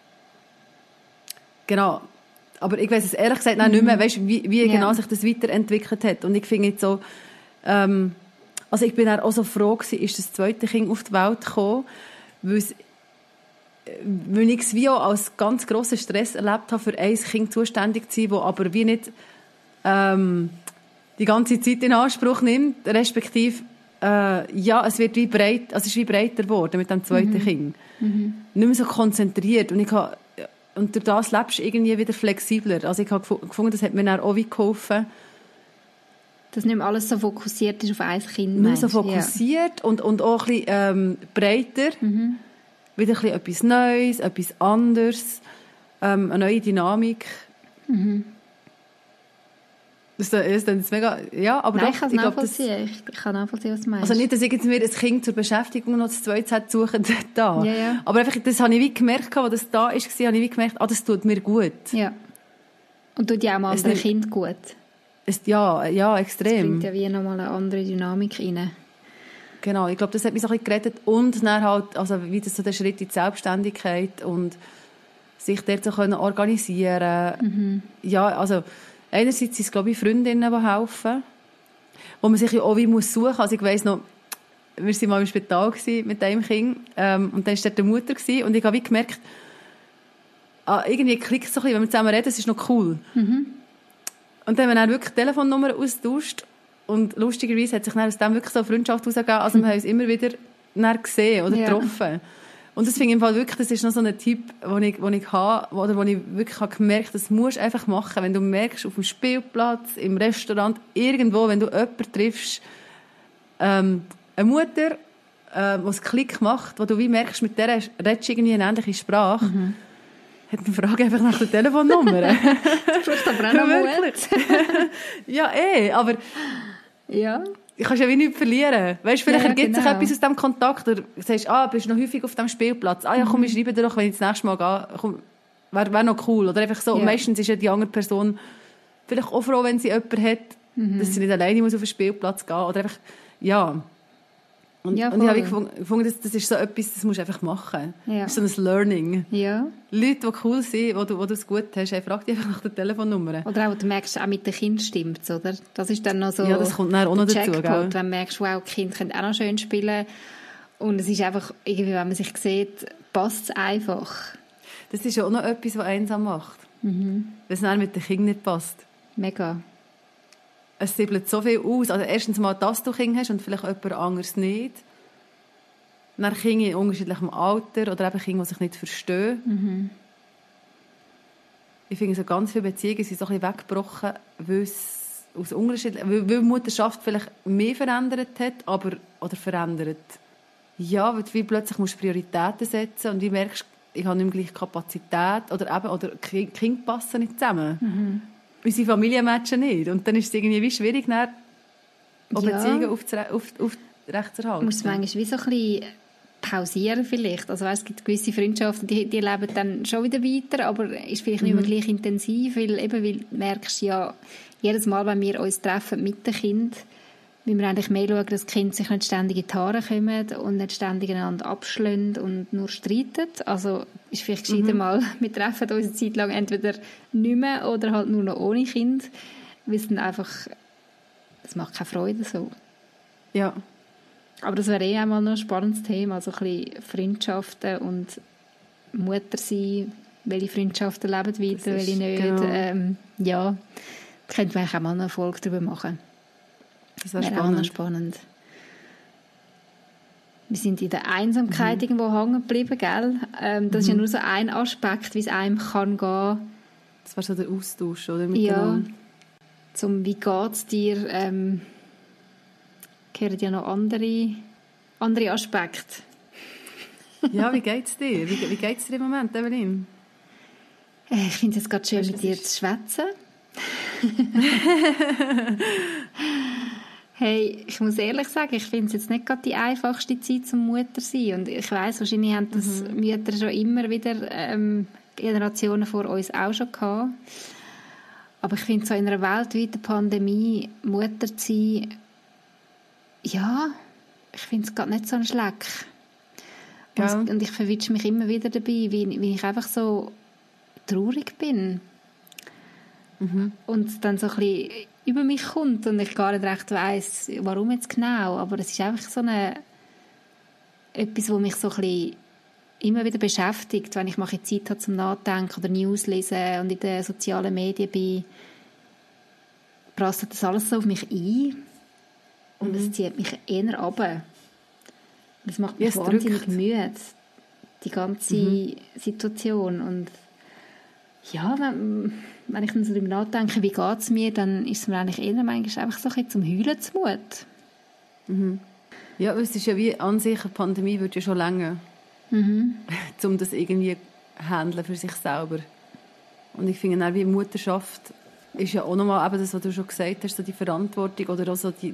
genau. Aber ich weiss es ehrlich gesagt mhm. nicht mehr, weißt, wie, wie ja. genau sich das weiterentwickelt hat. Und ich finde jetzt so, ähm, also ich bin auch so froh gewesen, ist das zweite Kind auf die Welt gekommen, weil es weil ich es wie auch als ganz grossen Stress erlebt habe, für ein Kind zuständig zu sein, das aber wie nicht ähm, die ganze Zeit in Anspruch nimmt, respektive äh, ja, es wird wie breit, also es ist wie breiter geworden mit dem zweiten mhm. Kind. Mhm. Nicht mehr so konzentriert und ich habe, und durch das lebst du irgendwie wieder flexibler. Also ich habe gefunden, das hat mir dann auch wie geholfen. Dass nicht mehr alles so fokussiert ist auf ein Kind. Nicht so fokussiert ja. und, und auch ein bisschen ähm, breiter. Mhm. Wieder ein bisschen etwas Neues, etwas anderes, ähm, eine neue Dynamik. Mhm. Das ist dann mega, ja, aber Nein, doch, ich kann es nachvollziehen. Ich kann nachvollziehen, was du meinst. Also nicht, dass ich mir ein Kind zur Beschäftigung noch das zweite suchen da. Ja, ja. Aber einfach, das habe ich wie gemerkt, als das da war, habe ich wie gemerkt, ah, das tut mir gut. Ja. Und tut ja auch mal anderen Kind gut. Es, ja, ja, extrem. Das bringt ja wie nochmal eine andere Dynamik rein. Genau, ich glaube, das hat mich so ein bisschen gerettet und dann halt, also wie das so der Schritt in die Selbstständigkeit und sich dort so können organisieren. Mhm. Ja, also einerseits sind es, glaube ich, Freundinnen, die helfen, wo man sich ja auch wie muss suchen. Also ich weiss noch, wir waren mal im Spital mit einem Kind ähm, und dann war dort die Mutter gewesen, und ich habe wie gemerkt, ah, irgendwie klickt es so ein bisschen, wenn wir zusammen reden, das ist noch cool. Mhm. Und dann haben wir dann wirklich Telefonnummern austauscht. Und lustigerweise hat sich dann aus dem wirklich so eine Freundschaft herausgegeben. Also wir haben uns immer wieder gesehen oder ja. getroffen. Und das finde ich im Fall wirklich, das ist noch so ein Tipp, den ich, den ich habe, oder wo ich wirklich habe gemerkt habe, das musst du einfach machen. Wenn du merkst, auf dem Spielplatz, im Restaurant, irgendwo, wenn du jemanden triffst, ähm, eine Mutter, äh, die einen Klick macht, wo du wie merkst, mit der redest du irgendwie eine ähnliche Sprache, mhm. hat eine Frage einfach nach der Telefonnummer. Das braucht aber auch noch Mut. Ja, eh, aber ja. Du kannst ja wie nichts verlieren. Weißt, vielleicht ja, ergibt genau. sich etwas aus diesem Kontakt. Oder du sagst, ah, bist du noch häufig auf diesem Spielplatz? Ah ja, komm, ich schreibe dir doch, wenn ich das nächste Mal gehe. Wäre wär noch cool. Oder einfach so. Ja. Meistens ist ja die andere Person vielleicht auch froh, wenn sie jemanden hat, mhm. dass sie nicht alleine muss auf den Spielplatz gehen muss. Oder einfach, ja. Und, ja, und ich habe gefunden, das, das ist so etwas, das musst du einfach machen. Ja. Das ist so ein Learning. Ja. Leute, die cool sind, wo du, wo du es gut hast, hey, frag dich einfach nach der Telefonnummer. Oder auch, du merkst, auch mit dem Kind stimmt es, oder? Das ist dann noch so ja, das kommt dann auch noch dazu. Jackpot, wenn du merkst, wow, die Kinder können auch noch schön spielen. Und es ist einfach, irgendwie, wenn man sich sieht, passt es einfach. Das ist ja auch noch etwas, was einsam macht. Mhm. Weil es dann mit dem Kind nicht passt. Mega. Es siebelt so viel aus. Also erstens mal, dass du Kinder hast und vielleicht jemand anderes nicht. Dann Kinder in unterschiedlichem Alter oder eben Kinder, die sich nicht verstehen. Mhm. Ich finde, so ganz viele Beziehungen sind so ein bisschen weggebrochen, weil es aus unterschiedlichen, weil, weil Mutterschaft vielleicht mehr verändert hat, aber, oder verändert. Ja, weil du plötzlich musst du Prioritäten setzen und du merkst, ich habe nicht mehr gleich Kapazität oder eben, oder die Kinder passen nicht zusammen. Mhm. Unsere Familienmatchen nicht. Und dann ist es irgendwie wie schwierig, dann ja. Beziehungen aufzuerhalten. Auf, auf Du musst manchmal wie so ein bisschen pausieren vielleicht. Also weißt, es gibt gewisse Freundschaften, die, die leben dann schon wieder weiter, aber ist vielleicht nicht mehr Mhm. gleich intensiv, weil eben, weil du merkst ja, jedes Mal, wenn wir uns treffen mit dem Kind, müssen wir eigentlich mehr schauen, dass die Kinder sich nicht ständig in die Haare kommen und nicht ständig einander abschlagen und nur streiten. Also ist vielleicht gescheiter Mhm. mal, wir treffen uns eine Zeit lang entweder nicht mehr oder halt nur noch ohne Kind, weil es dann einfach, das macht keine Freude so. Ja. Aber das wäre eh einmal noch ein spannendes Thema, also ein bisschen Freundschaften und Mutter sein, welche Freundschaften leben weiter, welche nicht. Genau. Ähm, ja, da könnte man eigentlich auch mal eine Folge darüber machen. Das wäre wäre spannend. auch noch spannend. wir sind in der Einsamkeit mhm. irgendwo hängen geblieben, gell? Ähm, das mhm. ist ja nur so ein Aspekt, wie es einem kann gehen. Das war so der Austausch, oder? Ja. Zum «Wie geht's dir?» ähm, gehören ja noch andere, andere Aspekte. Ja, wie geht's dir? Wie, wie geht's dir im Moment, Evelyn? Ich finde es jetzt gerade schön, weißt, mit dir ist... zu schwätzen. Hey, ich muss ehrlich sagen, ich finde es jetzt nicht gerade die einfachste Zeit zum Mutter sein. Und ich weiss, wahrscheinlich haben das mhm. Mütter schon immer wieder ähm, Generationen vor uns auch schon gehabt. Aber ich finde, so in einer weltweiten Pandemie Mutter zu sein, ja, ich finde es gerade nicht so ein Schleck. Ja. Und, und ich verwitsche mich immer wieder dabei, wie, wie ich einfach so traurig bin. Mhm. Und dann so ein bisschen über mich kommt und ich gar nicht recht weiss, warum jetzt genau. Aber es ist einfach so eine, etwas, was mich so ein bisschen immer wieder beschäftigt, wenn ich mal Zeit habe zum Nachdenken oder News lesen und in den sozialen Medien bin, prasselt das alles so auf mich ein und es mhm. zieht mich eher runter. Das macht mich ja, wahnsinnig drückt. müde, die ganze mhm. Situation. Und ja, wenn, wenn ich dann so darüber nachdenke, wie geht es mir, dann ist es mir eigentlich eher manchmal einfach so ein bisschen zum Heulen zumute. Mhm. Ja, es ist ja wie an sich, eine Pandemie wird ja schon länger, mhm. um das irgendwie zu handeln für sich selber. Und ich finde auch, wie Mutterschaft ist ja auch nochmal eben das, was du schon gesagt hast, so die Verantwortung oder auch so die,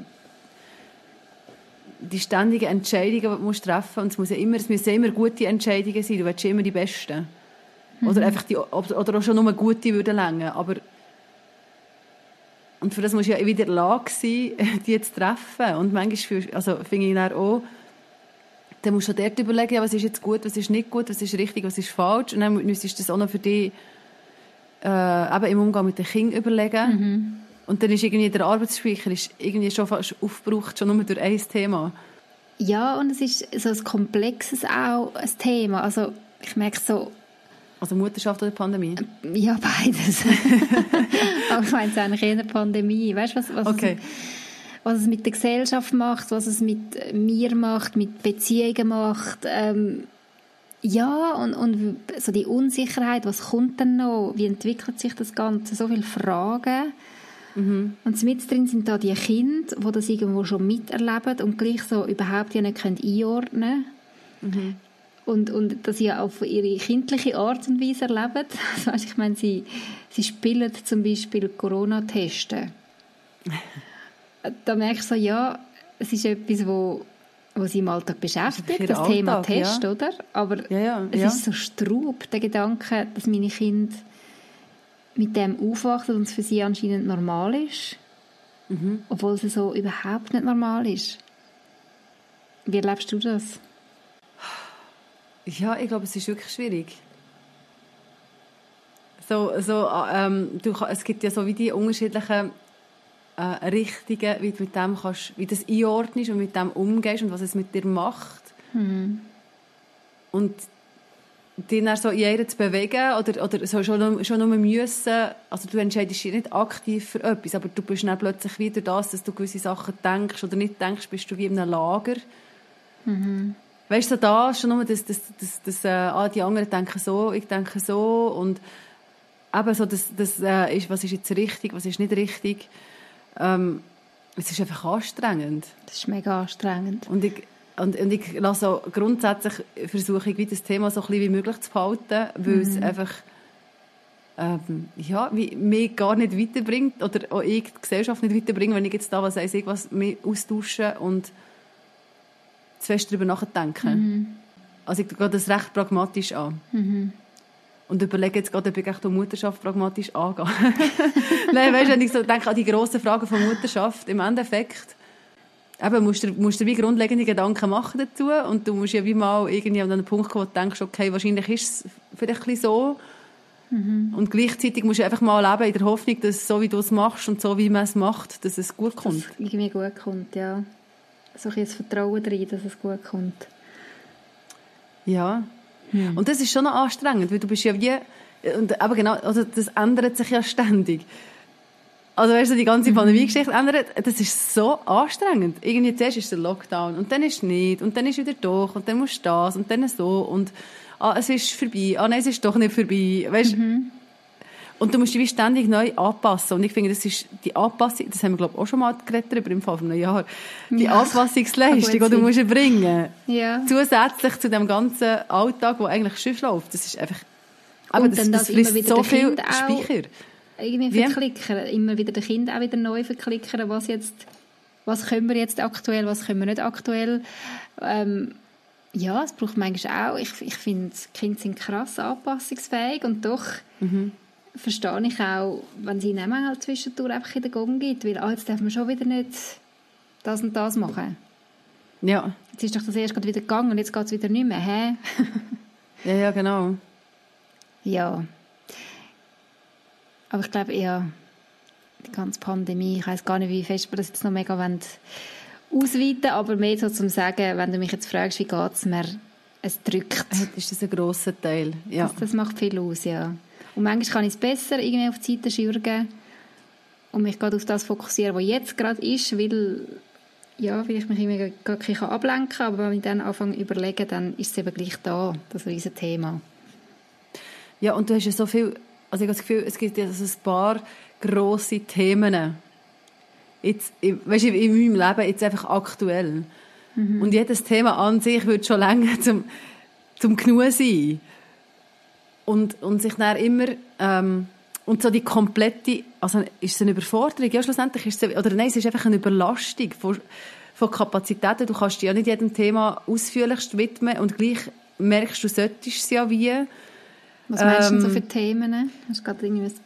die ständigen Entscheidungen, die du musst treffen musst. Und es, muss ja immer, es müssen ja immer gute Entscheidungen sein, du willst ja immer die besten. Mhm. Oder, einfach die, oder auch schon nur gute würden länger. Aber und für das musst du ja wieder in der Lage sein, die zu treffen. Und manchmal für, also finde ich dann auch, dann musst du dort überlegen, ja, was ist jetzt gut, was ist nicht gut, was ist richtig, was ist falsch. Und dann müsstest du das auch noch für dich äh, eben im Umgang mit den Kindern überlegen. Mhm. Und dann ist irgendwie der Arbeitsspeicher ist irgendwie schon fast aufgebraucht, schon nur durch ein Thema. Ja, und es ist so ein komplexes auch ein Thema. Also ich merke so... Also Mutterschaft oder Pandemie? Ja, beides. Aber ich meine es eigentlich eher eine Pandemie. Weißt du, was, was, okay. es, was es mit der Gesellschaft macht, was es mit mir macht, mit Beziehungen macht. Ähm, ja, und, und so die Unsicherheit, was kommt denn noch? Wie entwickelt sich das Ganze? So viele Fragen. Mhm. Und mit drin sind da die Kinder, die das irgendwo schon miterleben und gleich so überhaupt ja nicht einordnen können. Mhm. Und, und das ja auf ihre kindliche Art und Weise erleben. Also, weißt, ich meine, sie, sie spielen zum Beispiel Corona-Testen. Da merkst du so, ja, es ist etwas, wo, wo sie im Alltag beschäftigt, das, das Thema Alltag, Test, ja. oder? Aber ja, ja, es ja. ist so Straub, der Gedanke, dass meine Kinder mit dem aufwachsen und es für sie anscheinend normal ist, mhm. obwohl es so überhaupt nicht normal ist. Wie erlebst du das? Ja, ich glaube, es ist wirklich schwierig. So, so, ähm, du, es gibt ja so wie die unterschiedlichen äh, Richtungen, wie du mit dem kannst, wie das einordnest und mit dem umgehst und was es mit dir macht. Mhm. Und dich dann so in ihr zu bewegen oder, oder so schon, schon nur müssen, also du entscheidest dich nicht aktiv für etwas, aber du bist dann plötzlich wieder das, dass du gewisse Sachen denkst oder nicht denkst, bist du wie in einem Lager. Mhm. Weißt du, so da schon nur, dass, dass, dass, dass äh, ah, die anderen denken so, ich denke so und eben so, dass, dass, äh, ist, was ist jetzt richtig, was ist nicht richtig. Ähm, es ist einfach anstrengend. Das ist mega anstrengend. Und ich, und, und ich lasse auch grundsätzlich versuche ich, das Thema so ein bisschen wie möglich zu behalten, weil mhm. es einfach ähm, ja, wie, mich gar nicht weiterbringt oder auch ich die Gesellschaft nicht weiterbringt, wenn ich jetzt da was weiss, was mich austausche und zu fest darüber nachdenken. Mhm. Also ich gehe das recht pragmatisch an. Mhm. Und überlege jetzt gerade, ob ich die Mutterschaft pragmatisch angehe. Nein, weißt du, wenn ich so denke an die grossen Fragen von Mutterschaft, im Endeffekt eben, musst du musst dir wie grundlegende Gedanken machen dazu und du musst ja wie mal irgendwie an einen Punkt kommen, wo du denkst, okay, wahrscheinlich ist es vielleicht ein bisschen so. Mhm. Und gleichzeitig musst du einfach mal leben in der Hoffnung, dass so wie du es machst und so wie man es macht, dass es gut kommt. Dass es irgendwie gut kommt, ja. So ein bisschen Vertrauen drin, dass es gut kommt. Ja. Hm. Und das ist schon noch anstrengend, weil du bist ja wie... Und, aber genau, also das ändert sich ja ständig. Also weißt du, die ganze Pandemie-Geschichte ändert, das ist so anstrengend. Irgendwie zuerst ist der Lockdown und dann ist es nicht und dann ist wieder durch und dann musst du das und dann so und ah, es ist vorbei, ah nein, es ist doch nicht vorbei, weißt mhm. Und du musst dich wie ständig neu anpassen. Und ich finde, das ist die Anpassung, das haben wir, glaube ich, auch schon mal geredet darüber im Fall von einem Jahr, die ja. Anpassungsleistung, die du musst erbringen ja. zusätzlich zu dem ganzen Alltag, der eigentlich schief läuft. Das ist einfach, aber das, das, das frisst so viel Speicher. Irgendwie verklickern, immer wieder den Kind auch wieder neu verklickern, was jetzt, was können wir jetzt aktuell, was können wir nicht aktuell. Ähm, ja, es braucht manchmal auch, ich, ich finde, Kinder sind krass anpassungsfähig und doch mhm. verstehe ich auch, wenn es ihnen manchmal zwischendurch einfach in den Gang gibt, weil ah, jetzt darf man schon wieder nicht das und das machen. Ja. Jetzt ist doch das erst gerade wieder gegangen und jetzt geht es wieder nicht mehr, hä? ja, ja, genau. Ja. Aber ich glaube eher, die ganze Pandemie, ich weiss gar nicht, wie fest wir das jetzt noch mega wollen ausweiten, aber mehr so zum Sagen, wenn du mich jetzt fragst, wie geht es mir, es drückt. Das ist das ein grosser Teil, ja. Das, das macht viel aus, ja. Und manchmal kann ich es besser irgendwie auf die Seite schürgen und mich gerade auf das fokussieren, was jetzt gerade ist, weil, ja, weil ich mich immer gar nicht ablenken kann, aber wenn ich dann anfange zu überlegen, dann ist es eben gleich da, das riesige Thema. Ja, und du hast ja so viel, also ich habe das Gefühl, es gibt ja also ein paar grosse Themen, jetzt, weißt du, in meinem Leben jetzt einfach aktuell. Mhm. Und jedes Thema an sich würde schon länger zum, zum genug sein. Und, und sich dann immer, ähm, und so die komplette, also ist es eine Überforderung? Ja, schlussendlich ist es, oder nein, es ist einfach eine Überlastung von, von Kapazitäten. Du kannst dich ja nicht jedem Thema ausführlichst widmen und gleich merkst du, solltest es ja wie. Was meinst du ähm, so für Themen? Hast du gerade irgendwas?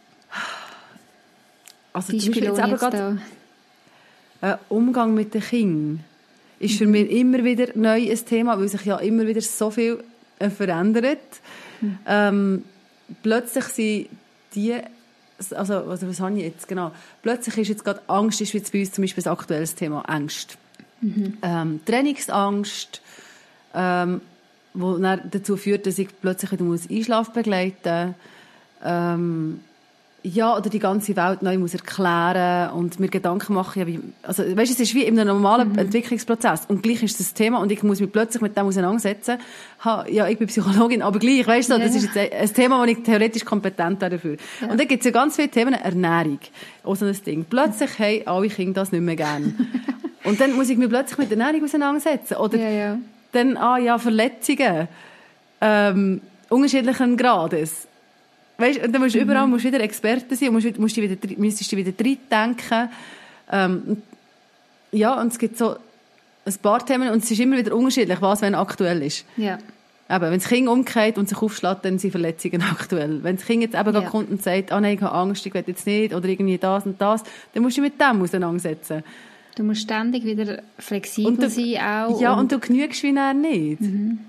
Also zum Beispiel jetzt eben gerade äh, Umgang mit den Kindern ist für mich immer wieder neu ein Thema, weil sich ja immer wieder so viel äh, verändert. Hm. Ähm, plötzlich sind die, also, also was habe ich jetzt genau? Plötzlich ist jetzt gerade Angst, ist jetzt bei uns zum Beispiel das aktuelles Thema Angst. Mhm. Ähm, Trainingsangst, ähm, wo dann dazu führt, dass ich plötzlich wieder Einschlaf begleiten muss. Ähm, ja, oder die ganze Welt neu muss erklären und mir Gedanken machen. Ja, wie, also, weißt, es ist wie in einem normalen mhm. Entwicklungsprozess. Und gleich ist das Thema und ich muss mich plötzlich mit dem auseinandersetzen. Ha, ja, ich bin Psychologin, aber gleich, weißt du, ja, das ist jetzt ein Thema, wo ich theoretisch kompetent wäre dafür. Ja. Und dann gibt es ja ganz viele Themen, Ernährung, auch so ein Ding. Plötzlich haben alle Kinder das nicht mehr gern. Und dann muss ich mich plötzlich mit Ernährung auseinandersetzen. Oder ja, ja. dann, ah ja, Verletzungen, ähm, unterschiedlichen Grades. Weißt, und dann musst du überall musst wieder Experte sein, musst, musst du wieder, müsstest du wieder reindenken. Ähm, ja, und es gibt so ein paar Themen und es ist immer wieder unterschiedlich, was wenn aktuell ist. Ja. Eben, wenn das Kind umkehrt und sich aufschlägt, dann sind Verletzungen aktuell. Wenn das Kind jetzt eben ja. kommt und sagt, ah nein, ich habe Angst, ich will jetzt nicht, oder irgendwie das und das, dann musst du dich mit dem auseinandersetzen. Du musst ständig wieder flexibel du, sein auch. Ja, und, und du genügst wie er nicht. Mhm.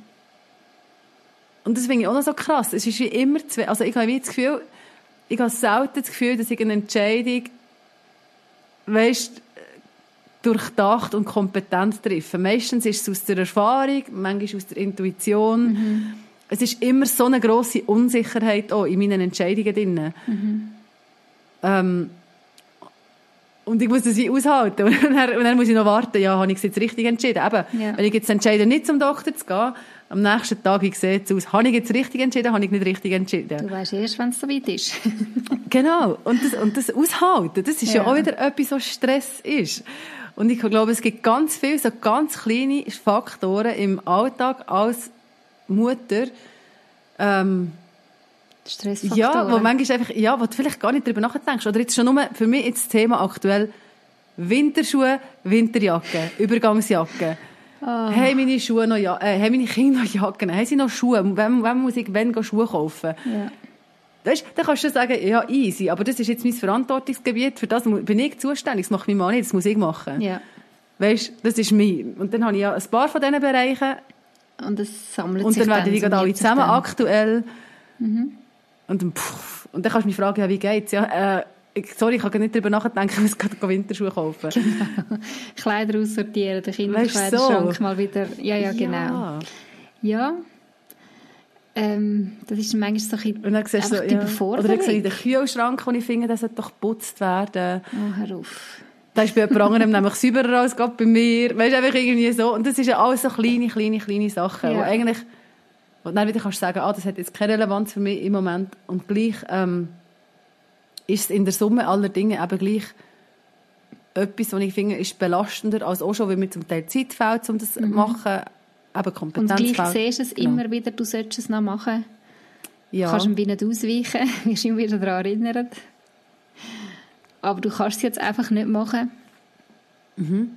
Und das finde ich auch noch so krass. Es ist wie immer zwei, also ich habe wie das Gefühl, ich habe selten das Gefühl, dass ich eine Entscheidung, weißt, durchdacht und kompetent treffe. Meistens ist es aus der Erfahrung, manchmal aus der Intuition. Mhm. Es ist immer so eine grosse Unsicherheit auch in meinen Entscheidungen drin. Mhm. Ähm, und ich muss das wie aushalten. Und dann, und dann muss ich noch warten, ja, habe ich es jetzt richtig entschieden? Eben, ja. Wenn ich jetzt entscheide, nicht zum Doktor zu gehen, am nächsten Tag, wie sieht es aus? Habe ich jetzt richtig entschieden, habe ich nicht richtig entschieden? Du weißt erst, wenn es so weit ist. Genau. Und das, und das Aushalten, das ist ja. ja auch wieder etwas, was Stress ist. Und ich glaube, es gibt ganz viele, so ganz kleine Faktoren im Alltag als Mutter, ähm, Stressfaktoren. Ja, wo manchmal einfach, ja, wo du vielleicht gar nicht darüber nachdenkst. Oder jetzt schon nur, für mich jetzt das Thema aktuell, Winterschuhe, Winterjacke, Übergangsjacke. Oh. Haben meine Schuhe noch, ja äh, haben meine Kinder noch Jacken? Haben sie noch Schuhe? Wann, wann muss ich wann Schuhe kaufen? Ja. Weißt, dann kannst du sagen, ja, easy, aber das ist jetzt mein Verantwortungsgebiet, für das bin ich zuständig, das macht mein Mann nicht, das muss ich machen. Ja. Weißt, das ist mein. Und dann habe ich ja ein paar von diesen Bereichen. Und es sammelt und sich dann werden die gerade alle zusammen dann. aktuell. Mhm. Und dann, pff, und dann kannst du mich fragen, ja, wie geht's? Ja, äh, ich, sorry, ich kann nicht darüber nachdenken, ich muss gerade Winterschuhe kaufen. Genau. Kleider aussortieren, den Kinderkleiderschrank so. mal wieder. Ja, ja, genau. Ja. ja. ähm, das ist manchmal so ein bisschen und dann siehst du so, die ja. Überforderung. Oder dann sehe ich den Kühlschrank, und ich finde, der sollte doch geputzt werden. Oh, hör auf. Da ist bei jemand anderem nämlich sauberer als gerade bei mir. Weißt du, einfach irgendwie so. Und das sind ja alles so kleine, kleine, kleine Sachen, Ja. wo eigentlich, wo dann wieder kannst du sagen, ah, das hat jetzt keine Relevanz für mich im Moment. Und gleich ähm, ist es in der Summe aller Dinge eben gleich etwas, was ich finde, ist belastender als auch schon, weil mir zum Teil Zeit fehlt, um das zu mhm. machen. Eben Kompetenz Und gleich fehlt. siehst du es Genau. immer wieder, du solltest es noch machen. Ja. Du kannst ihm wie nicht ausweichen, wirst ihn wieder daran erinnern. Aber du kannst es jetzt einfach nicht machen. Mhm.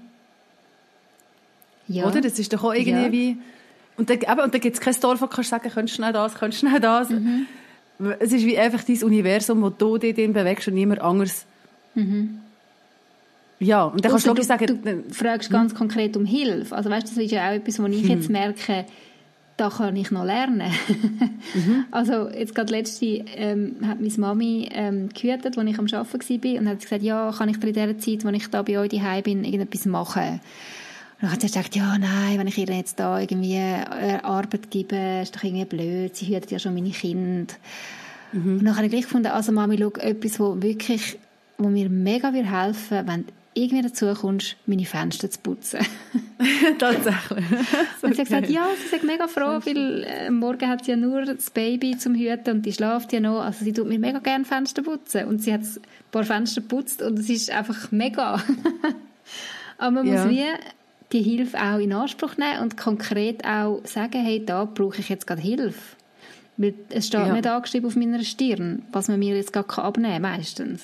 Ja. Oder? Das ist doch auch irgendwie Ja. wie... Und dann, eben, und dann gibt es kein Dorf, wo du kannst sagen, könntest du schnell das, könntest du schnell das. Mhm. Es ist wie einfach dein Universum, wo du dich drin bewegst und niemand anderes. Mhm. Ja, und dann kannst du Ausser logisch du, sagen... du fragst ganz konkret um Hilfe. Also weißt, das ist ja auch etwas, wo ich jetzt merke, da kann ich noch lernen. mhm. Also jetzt gerade letzte ähm, hat meine Mami ähm, gehütet, als ich am Arbeiten war, und hat gesagt, ja, kann ich dir in dieser Zeit, als ich da bei euch daheim bin, irgendetwas machen? Und dann hat sie gesagt, ja, nein, wenn ich ihr jetzt da irgendwie äh, Arbeit gebe, ist doch irgendwie blöd, sie hütet ja schon meine Kinder. Mhm. Und dann habe ich gleich gefunden, also Mami, schau, etwas, wo wirklich, wo mir mega helfen würde, wenn du irgendwie dazu kommst, meine Fenster zu putzen. Tatsächlich. So und sie hat gesagt, ja, sie ist mega froh, weil äh, morgen hat sie ja nur das Baby zum Hüten und die schläft ja noch. Also sie tut mir mega gerne Fenster putzen. Und sie hat ein paar Fenster geputzt und es ist einfach mega. Aber man ja. muss wie die Hilfe auch in Anspruch nehmen und konkret auch sagen, hey, da brauche ich jetzt gerade Hilfe. Weil es steht ja. nicht angeschrieben auf meiner Stirn, was man mir jetzt gerade abnehmen kann, meistens.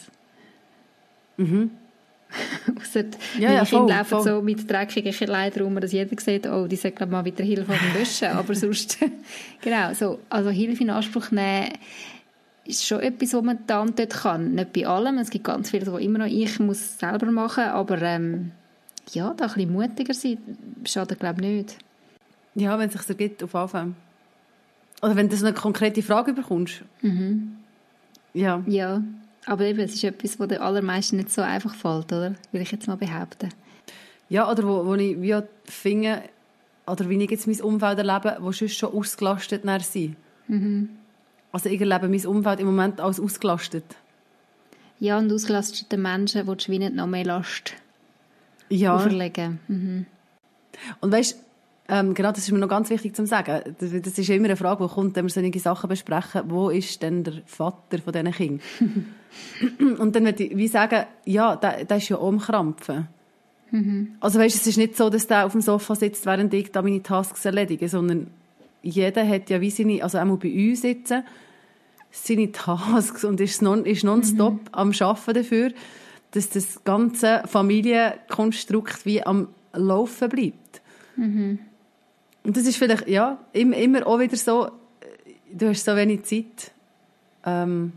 Mhm. Ausser ja, meine ja, Kinder voll, laufen voll. so mit dreckigen Kleidern rum, dass jeder sieht, oh, die sollte mal wieder Hilfe auf dem Wäschen. Aber sonst, genau, so, also Hilfe in Anspruch nehmen ist schon etwas, was man dann dort kann. Nicht bei allem, es gibt ganz viele, die immer noch ich muss selber machen, aber ähm, ja, da ein bisschen mutiger sein, schadet, glaube ich, nicht. Ja, wenn es sich ergibt, auf Anfang. Oder wenn du so eine konkrete Frage bekommst. Mhm. Ja. Ja. Aber eben, es ist etwas, was den allermeisten nicht so einfach fällt, oder? Will ich jetzt mal behaupten. Ja, oder wo, wo ich wie finde, oder wie ich jetzt mein Umfeld erlebe, wo sonst schon ausgelastet sind. Mhm. Also ich erlebe mein Umfeld im Moment als ausgelastet. Ja, und ausgelasteten Menschen, die die nicht noch mehr Last ja. auferlegen. Mhm. Und weißt, ähm, genau, das ist mir noch ganz wichtig zu sagen. Das, das ist ja immer eine Frage, die kommt, wenn wir solche Sachen besprechen. Wo ist denn der Vater von diesen Kindern? Und dann würde ich wie sagen, ja, der, der ist ja auch am Krampfen. Mhm. Also weißt, es ist nicht so, dass der auf dem Sofa sitzt, während ich da meine Tasks erledige, sondern jeder hat ja wie seine, also auch bei uns sitzen, seine Tasks und ist, non, ist nonstop mhm. am Arbeiten dafür, dass das ganze Familienkonstrukt wie am Laufen bleibt. Mhm. Und das ist vielleicht, ja, immer, immer auch wieder so, du hast so wenig Zeit ähm,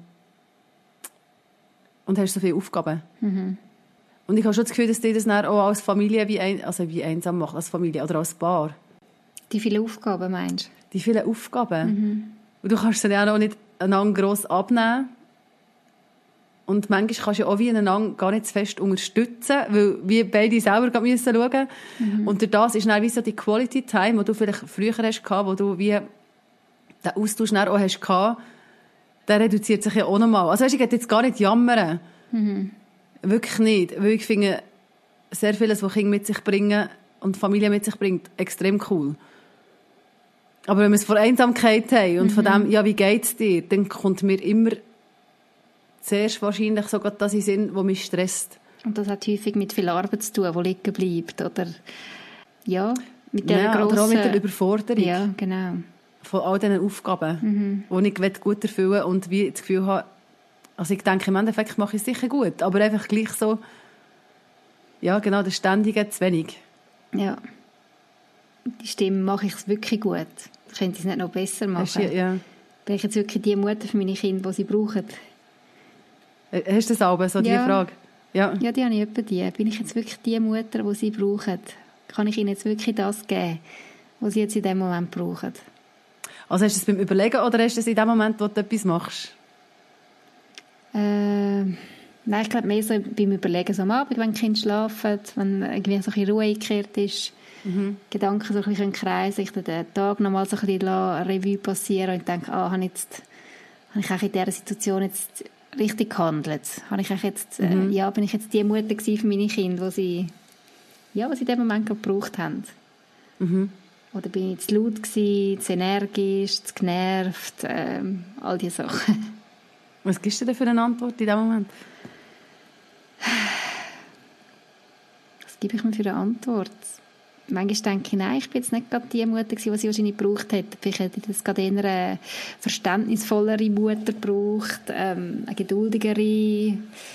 und hast so viele Aufgaben. Mhm. Und ich habe schon das Gefühl, dass die das dann auch als Familie wie, ein, also wie einsam machen, als Familie oder als Paar. Die vielen Aufgaben, meinst du? Die vielen Aufgaben. Mhm. Und du kannst sie ja auch nicht einander gross abnehmen. Und manchmal kannst du ja auch wie einander gar nicht zu fest unterstützen, weil wir beide selber schauen müssen. Mhm. Und durch das ist dann wie so die Quality Time, die du vielleicht früher hast, wo du wie den Austausch dann auch hast, der reduziert sich ja auch nochmal. Also weißt, ich gehe jetzt gar nicht jammern. Mhm. Wirklich nicht. Weil ich finde, sehr vieles, was Kinder mit sich bringen und Familie mit sich bringt, extrem cool. Aber wenn wir es von Einsamkeit haben und mhm. von dem, ja, wie geht's dir, dann kommt mir immer zuerst wahrscheinlich sogar das in Sinn, was mich stresst. Und das hat häufig mit viel Arbeit zu tun, die liegen bleibt. Oder, ja, mit der ja, grossen... oder auch mit der Überforderung. Ja, genau. Von all diesen Aufgaben, mhm. die ich gut erfüllen will und wie das Gefühl habe, also ich denke, im Endeffekt mache ich es sicher gut, aber einfach gleich so, ja, genau, das Ständige zu wenig. Ja. Die Stimme, mache ich es wirklich gut? Könnte ich es nicht noch besser machen? Hast du, ja. Bin ich jetzt wirklich die Mutter für meine Kinder, die sie brauchen? Hast du das auch, so ja. die Frage? Ja. Ja, die habe ich etwa die. Bin ich jetzt wirklich die Mutter, die sie brauchen? Kann ich ihnen jetzt wirklich das geben, was sie jetzt in dem Moment brauchen? Also hast du es beim Überlegen oder hast du es in dem Moment, wo du etwas machst? Äh, Nein, ich glaube mehr so beim Überlegen so am Abend, wenn die Kinder schlafen, wenn irgendwie so ein bisschen Ruhe eingekehrt ist, mhm. Gedanken so ein bisschen kreisen, ich den Tag nochmal so ein bisschen Revue passieren und denke, ah, habe ich jetzt, habe ich auch in dieser Situation jetzt richtig gehandelt? Habe ich jetzt, mhm. äh, ja, bin ich jetzt die Mutter gewesen für meine Kinder, die sie, ja, was sie in dem Moment gebraucht haben? Mhm. Oder bin ich zu laut gewesen, zu energisch, zu genervt, ähm, all diese Sachen. Was gibst du denn für eine Antwort in diesem Moment? Was gebe ich mir für eine Antwort? Manchmal denke ich, nein, ich bin jetzt nicht gerade die Mutter gewesen, die sie wahrscheinlich gebraucht hätte. Vielleicht hätte ich das gerade eher eine verständnisvollere Mutter gebraucht, ähm, eine geduldigere,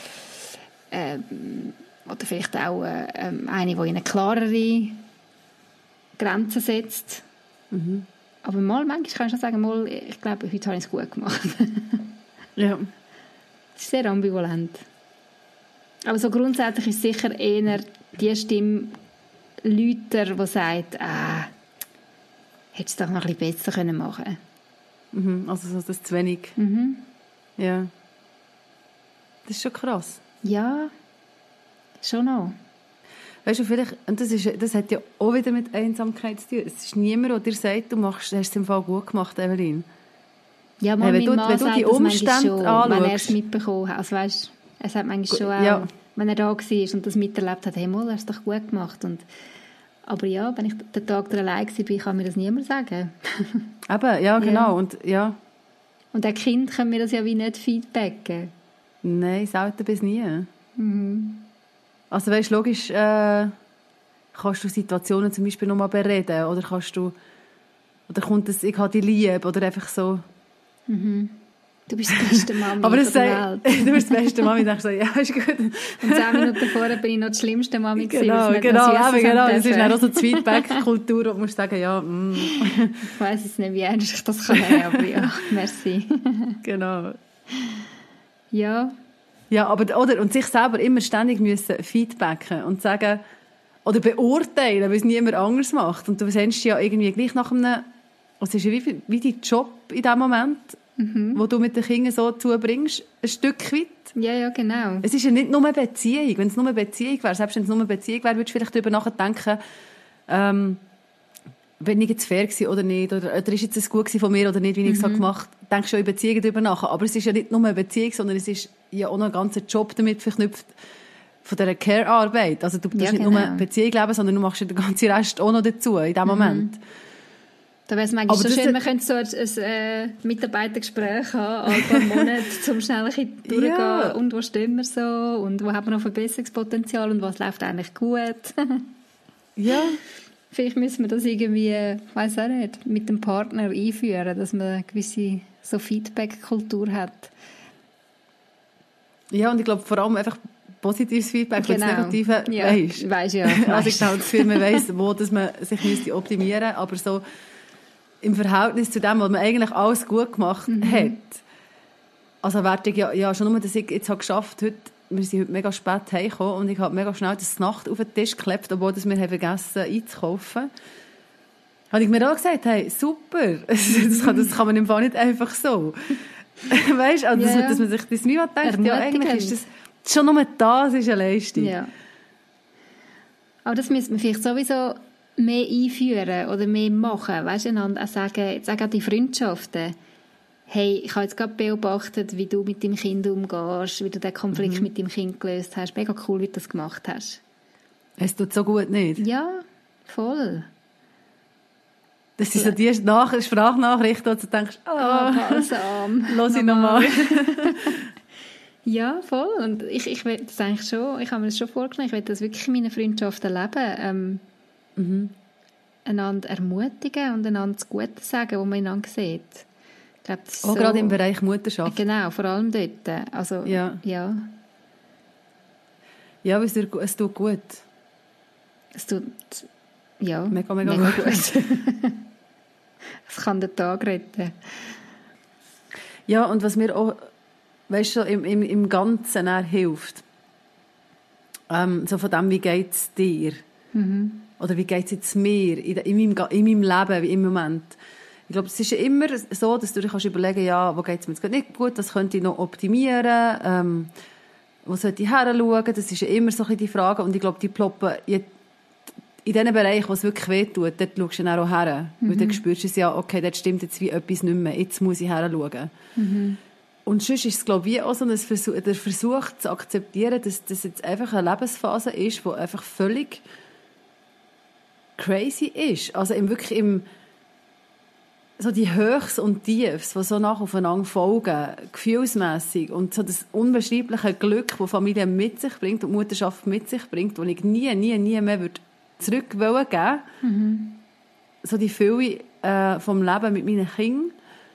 ähm, oder vielleicht auch äh, eine, die ihnen klarere Grenzen setzt. Mhm. Aber mal, manchmal kann ich schon sagen, mal, ich glaube, heute habe ich es gut gemacht. Ja. Das ist sehr ambivalent. Aber so grundsätzlich ist sicher eher die Stimme lauter, die sagt, ah, hättest du es doch noch ein bisschen besser können machen können. Mhm, also so das zu wenig. Mhm. Ja. Das ist schon krass. Ja, schon noch. Weißt du, vielleicht, und das, ist, das hat ja auch wieder mit Einsamkeit zu tun. Es ist niemand, der dir sagt, du machst, hast es im Fall gut gemacht, Evelyn. Ja, mal hey, wenn, mein du, Mann wenn du die Umstände schon, anschaust, wenn er es mitbekommen hat. Also weißt, er sagt manchmal schon auch, ja. wenn er da war und das miterlebt hat, hey, mal, hast du es doch gut gemacht. Und, aber ja, wenn ich den Tag da allein war, kann mir das niemand sagen. Eben, ja, genau. Ja. Und, ja. und der Kind kann mir das ja wie nicht feedbacken. Nein, selten bis nie. Mhm. Also weißt, logisch äh, kannst du Situationen zum Beispiel noch mal bereden oder kannst du oder kommt das, ich habe dich lieb oder einfach so. Mhm. Du bist die beste Mami aber das der Welt. Du bist die beste Mami, ich so, ja, ist gut. Und zehn Minuten vorher bin ich noch die schlimmste Mami gewesen. Genau, genau, aber genau. Das ist dann auch so die Feedback-Kultur, wo du musst sagen, ja, mm. Ich weiss jetzt nicht, wie ernst ich das kann nehmen, aber ja, merci. Genau. Ja. Ja, aber, oder, und sich selber immer ständig müssen feedbacken und sagen, oder beurteilen, weil es niemand anders macht. Und du sehnst ja irgendwie gleich nach einem, es ist ja wie, wie dein Job in dem Moment, mhm. wo du mit den Kindern so zubringst, ein Stück weit. Ja, ja, genau. Es ist ja nicht nur eine Beziehung. Wenn es nur eine Beziehung wäre, selbst wenn es nur eine Beziehung wäre, würdest du vielleicht darüber nachdenken, ähm, bin ich jetzt fair gewesen oder nicht, oder, oder ist jetzt es gut gewesen von mir oder nicht, wie ich es mhm. gemacht habe, denkst du schon in Beziehungen darüber nach. Aber es ist ja nicht nur eine Beziehung, sondern es ist ja auch noch ein ganzer Job damit verknüpft von dieser Care-Arbeit. Also du tust ja, nicht genau. nur eine Beziehung leben, sondern du machst den ganzen Rest auch noch dazu, in diesem Moment. Mhm. Da wäre es manchmal so schön, man könnte so ein, ein äh, Mitarbeitergespräch haben, alle paar Monate, um schnell ein bisschen durchzugehen. Ja. Und wo stehen wir so? Und wo haben wir noch Verbesserungspotenzial? Und was läuft eigentlich gut? Ja. Vielleicht müssen wir das irgendwie, ich weiss auch nicht, mit dem Partner einführen, dass man eine gewisse so Feedback-Kultur hat. Ja, und ich glaube vor allem einfach positives Feedback, genau. weil das Negative ja. weisst. Weiss, ja. Also ich glaube, das Firma weiss, wo dass man sich müsste optimieren müsste, aber so im Verhältnis zu dem, was man eigentlich alles gut gemacht mhm. hat. Also wertig, ja, ja, schon nur, dass ich jetzt habe geschafft heute, wir sind heute mega spät heimgekommen und ich habe mega schnell das Nacht auf den Tisch geklebt, obwohl wir haben vergessen einzukaufen. Habe ich mir auch gesagt, hey, super, das kann, das kann man im Fall nicht einfach so. Weißt du, also, yeah. dass, dass man sich das nicht denkt, ja, eigentlich ist das schon nur das ist eine Leistung. Ja. Aber das müsste man vielleicht sowieso mehr einführen oder mehr machen. Weißt du, einander auch sagen, jetzt auch die Freundschaften. Hey, ich habe jetzt gerade beobachtet, wie du mit deinem Kind umgehst, wie du den Konflikt mhm. mit deinem Kind gelöst hast. Mega cool, wie du das gemacht hast. Es tut so gut nicht? Ja, voll. Das sind so die Nach- Sprachnachrichten, wo du denkst, oh, balsam. Lass ich nochmal. Ja, voll. Und ich, ich will das eigentlich schon, ich habe mir das schon vorgenommen, ich will das wirklich in meinen Freundschaften leben. Ähm, mhm. Einander ermutigen und einander das Gute sagen, was man einander sieht. Ich glaube, das ist auch so, gerade im Bereich Mutterschaft. Genau, vor allem dort. Also, ja. Ja, ja, es tut, es tut gut. Es tut, ja, mega, mega, mega gut. gut. Es kann den Tag retten. Ja, und was mir auch, weißt du, im, im, im Ganzen hilft, ähm, so von dem, wie geht es dir? Mhm. Oder wie geht es jetzt mir in, in, meinem, in meinem Leben im Moment? Ich glaube, es ist ja immer so, dass du dir kannst überlegen, ja, wo geht es mir jetzt nicht gut, das könnte ich noch optimieren, ähm, wo sollte ich heranschauen? Das ist ja immer so ein bisschen die Frage. Und ich glaube, die ploppen in den Bereichen, wo es wirklich wehtut, dort schaust du dann auch her. Mhm. Weil dann spürst du es ja, okay, dort stimmt jetzt wie etwas nicht mehr. Jetzt muss ich heranschauen. Mhm. Und sonst ist es, glaube ich, auch so ein Versuch, der Versuch zu akzeptieren, dass das jetzt einfach eine Lebensphase ist, die einfach völlig crazy ist. Also im, wirklich im, so die Höchst und Tiefs, die so nach aufeinander folgen, gefühlsmässig und so das unbeschreibliche Glück, das Familie mit sich bringt und Mutterschaft mit sich bringt, das ich nie, nie, nie mehr würde zurück wollen geben. Mhm. So die Fülle äh, vom Leben mit meinen Kindern.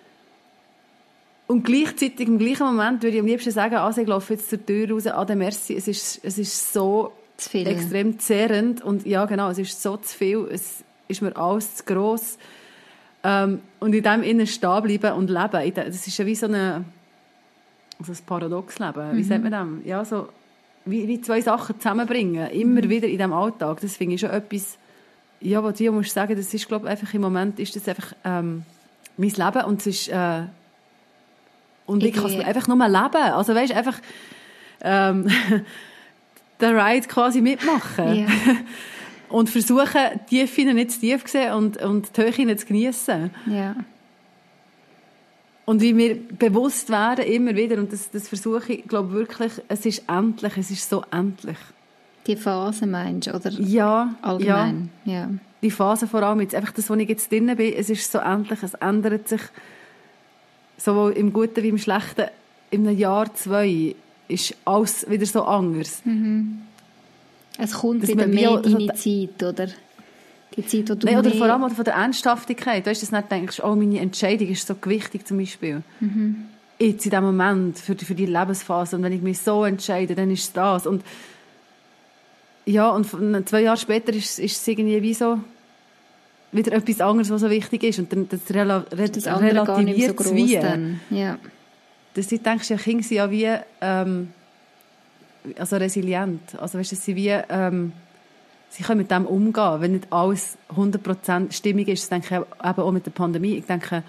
Und gleichzeitig, im gleichen Moment würde ich am liebsten sagen, also ich laufe jetzt zur Tür raus, Ade, merci, es ist, es ist so extrem zehrend und ja, genau, es ist so zu viel, es ist mir alles zu gross. Ähm, und in dem innen stehen bleiben und leben, das ist ja wie so eine, so ein Paradoxleben, wie mhm. sagt man das? Ja, so, wie, wie zwei Sachen zusammenbringen, immer mhm. wieder in diesem Alltag, das finde ich schon etwas, ja, was du musst sagen, das ist, glaube ich, einfach im Moment ist das einfach ähm, mein Leben und es ist, äh, und ich, ich kann es einfach nur leben. Also weißt, einfach ähm, den Ride quasi mitmachen. Yeah. Und versuchen, die Tiefe nicht zu tief zu sehen und, und die Höhe nicht zu geniessen. Yeah. Und wie wir bewusst werden, immer wieder, und das, das versuche ich, glaube wirklich, es ist endlich, es ist so endlich. Die Phase meinst du, oder? Ja. Allgemein, ja. ja. Die Phase vor allem, jetzt einfach das, wo ich jetzt drin bin, es ist so endlich, es ändert sich sowohl im Guten wie im Schlechten. In einem Jahr, zwei, ist alles wieder so anders. Mhm. Es kommt wieder mehr deine so Zeit, oder? Die Zeit, wo du Nein, oder vor allem von der Ernsthaftigkeit. Weißt du, dass du nicht denkst, oh, meine Entscheidung ist so gewichtig zum Beispiel. Mhm. Jetzt in diesem Moment, für die, für die Lebensphase. Und wenn ich mich so entscheide, dann ist es das. Und ja, und zwei Jahre später ist, ist es irgendwie wie so wieder etwas anderes, was so wichtig ist. Und dann das, Rel das relativiert es so wie. Ja. Dass du denkst, ja, Kinder sind ja wie ähm, also resilient. Also weißt du, sie wie ähm, sie können mit dem umgehen, wenn nicht alles hundert Prozent stimmig ist. Das denke ich eben auch mit der Pandemie. Ich denke,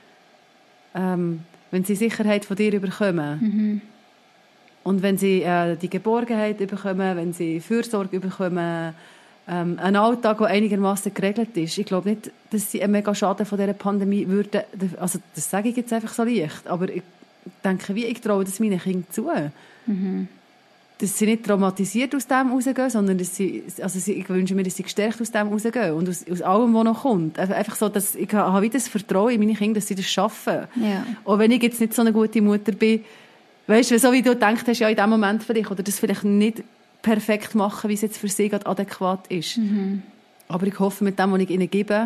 ähm, wenn sie Sicherheit von dir bekommen mhm. und wenn sie äh, die Geborgenheit bekommen, wenn sie Fürsorge bekommen, ähm, ein Alltag, der einigermaßen geregelt ist. Ich glaube nicht, dass sie einen mega Schaden von dieser Pandemie würden. Also das sage ich jetzt einfach so leicht, aber ich denke, wie ich traue das meinen Kindern zu. Mhm. Dass sie nicht traumatisiert aus dem rausgehen, sondern dass sie, also sie, ich wünsche mir, dass sie gestärkt aus dem rausgehen und aus, aus allem, was noch kommt. Einfach so, dass ich habe wieder das Vertrauen in meine Kinder, dass sie das schaffen. Ja. Auch wenn ich jetzt nicht so eine gute Mutter bin, weißt du, so wie du denkst, hast, ja, in dem Moment vielleicht, oder das vielleicht nicht perfekt machen, wie es jetzt für sie gerade adäquat ist. Mhm. Aber ich hoffe, mit dem, was ich ihnen gebe,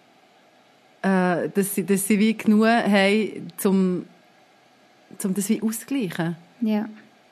äh, dass, sie, dass sie wie genug haben, um, um das wie auszugleichen. Ja.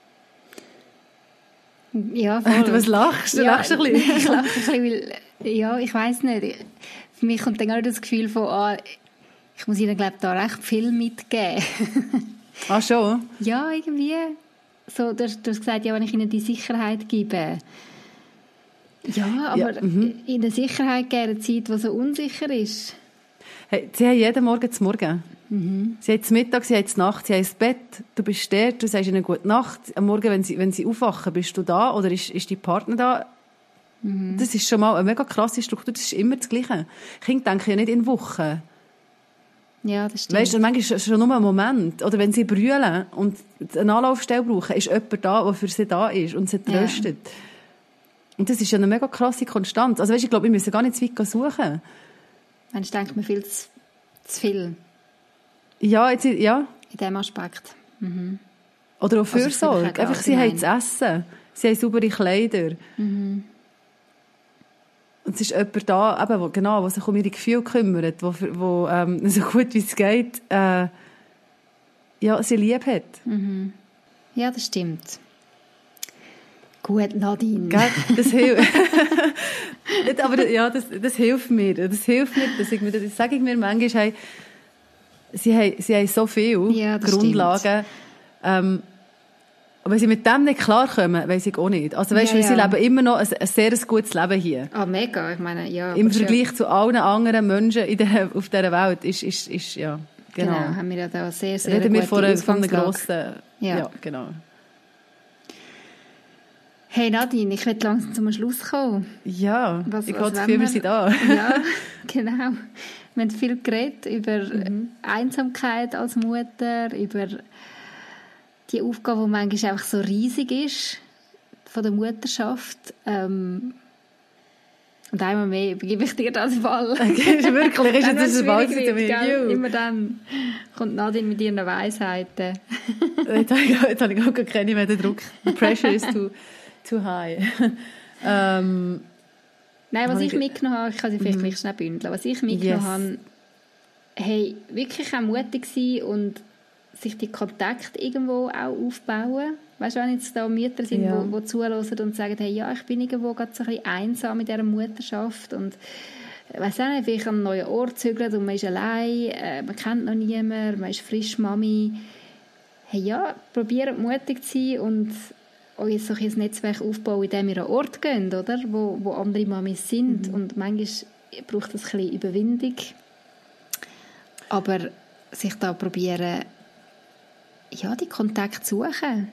Ja, voll. Du was lachst? Du ja, lachst ein bisschen. Ich lache ein bisschen, weil, ja, ich weiss nicht. Für mich kommt dann auch das Gefühl von, ah, ich muss ihnen, glaube ich, da recht viel mitgeben. Ah, schon? Ja, irgendwie. So, du, du hast gesagt, ja, wenn ich ihnen die Sicherheit gebe. Ja, aber ja, mhm. ihnen Sicherheit geben in einer Zeit, die so unsicher ist. Hey, sie haben jeden Morgen zum Morgen. Mhm. Sie haben zum Mittag, sie haben zur Nacht, sie haben das Bett, du bist der, du sagst ihnen gute Nacht. Am Morgen, wenn sie, wenn sie aufwachen, bist du da oder ist, ist dein Partner da? Mhm. Das ist schon mal eine mega krasse Struktur, das ist immer das Gleiche. Kinder denken ja nicht in Wochen. Ja, das stimmt. Weißt du, manchmal ist es schon nur ein Moment. Oder wenn sie brüllen und eine Anlaufstelle brauchen, ist jemand da, der für sie da ist und sie tröstet. Ja. Und das ist ja eine mega krasse Konstanz. Also weißt, ich glaube, wir müssen gar nicht zu weit suchen. Manchmal denkt man viel zu, zu viel. Ja, jetzt, ja. In diesem Aspekt. Mhm. Oder auch Fürsorge. Also einfach, sie haben zu essen. Sie haben saubere Kleider. Mhm. Und es ist jemand da, eben, wo, genau, der sich um ihre Gefühle kümmert, wo, wo ähm, so gut wie es geht, äh, ja, sie lieb hat. Mhm. Ja, das stimmt. Gut, Nadine. Gell? Das hilft. Aber ja, das, das hilft mir. Das hilft mir, dass ich mir, das sage ich mir manchmal, hey, sie, haben, sie haben so viele ja, Grundlagen. Ähm, aber wenn sie mit dem nicht klarkommen, weiss ich auch nicht. Also weißt, ja, ja. Sie leben immer noch ein, ein sehr gutes Leben hier. Ah, mega. Ich meine, ja. Im Vergleich ja. zu allen anderen Menschen in der, auf dieser Welt ist, ist, ist ja, genau. Genau, haben wir ja da sehr, sehr Reden gute wir von einer, von einer grossen, ja. ja, genau. Hey Nadine, ich will langsam zum Schluss kommen. Ja, was, ich was habe das Gefühl, wir sind da. Ja, genau. Wir haben viel geredet über mhm. Einsamkeit als Mutter, über die Aufgabe, die manchmal einfach so riesig ist, von der Mutterschaft. Ähm, und einmal mehr übergebe ich dir das Ball. Okay, wirklich, ist jetzt ein Ball zu mir. Immer dann kommt Nadine mit ihren Weisheiten. Jetzt habe ich auch keine mehr den Druck. The pressure is too, too high. ähm, Nein, was ich, ich mitgenommen habe, ich kann sie vielleicht mm. schnell bündeln. Was ich mitgenommen yes. habe, hey, wirklich auch mutig sein und sich die Kontakte irgendwo auch aufbauen. Weißt du, wenn jetzt da Mütter sind, ja. die zuhören und sagen, hey, ja, ich bin irgendwo gerade so ein bisschen einsam in dieser Mutterschaft und ich weiss auch nicht, vielleicht an einen neuen Ort zügelt und man ist allein, äh, man kennt noch niemanden, man ist frisch Mami. Hey, ja, probiert mutig zu sein und euch so ein Netzwerk aufbauen, in dem ihr an einen Ort geht, oder? Wo, wo andere Mamis sind. Mhm. Und manchmal braucht das ein bisschen Überwindung. Aber sich da probieren, ja, die Kontakte zu suchen.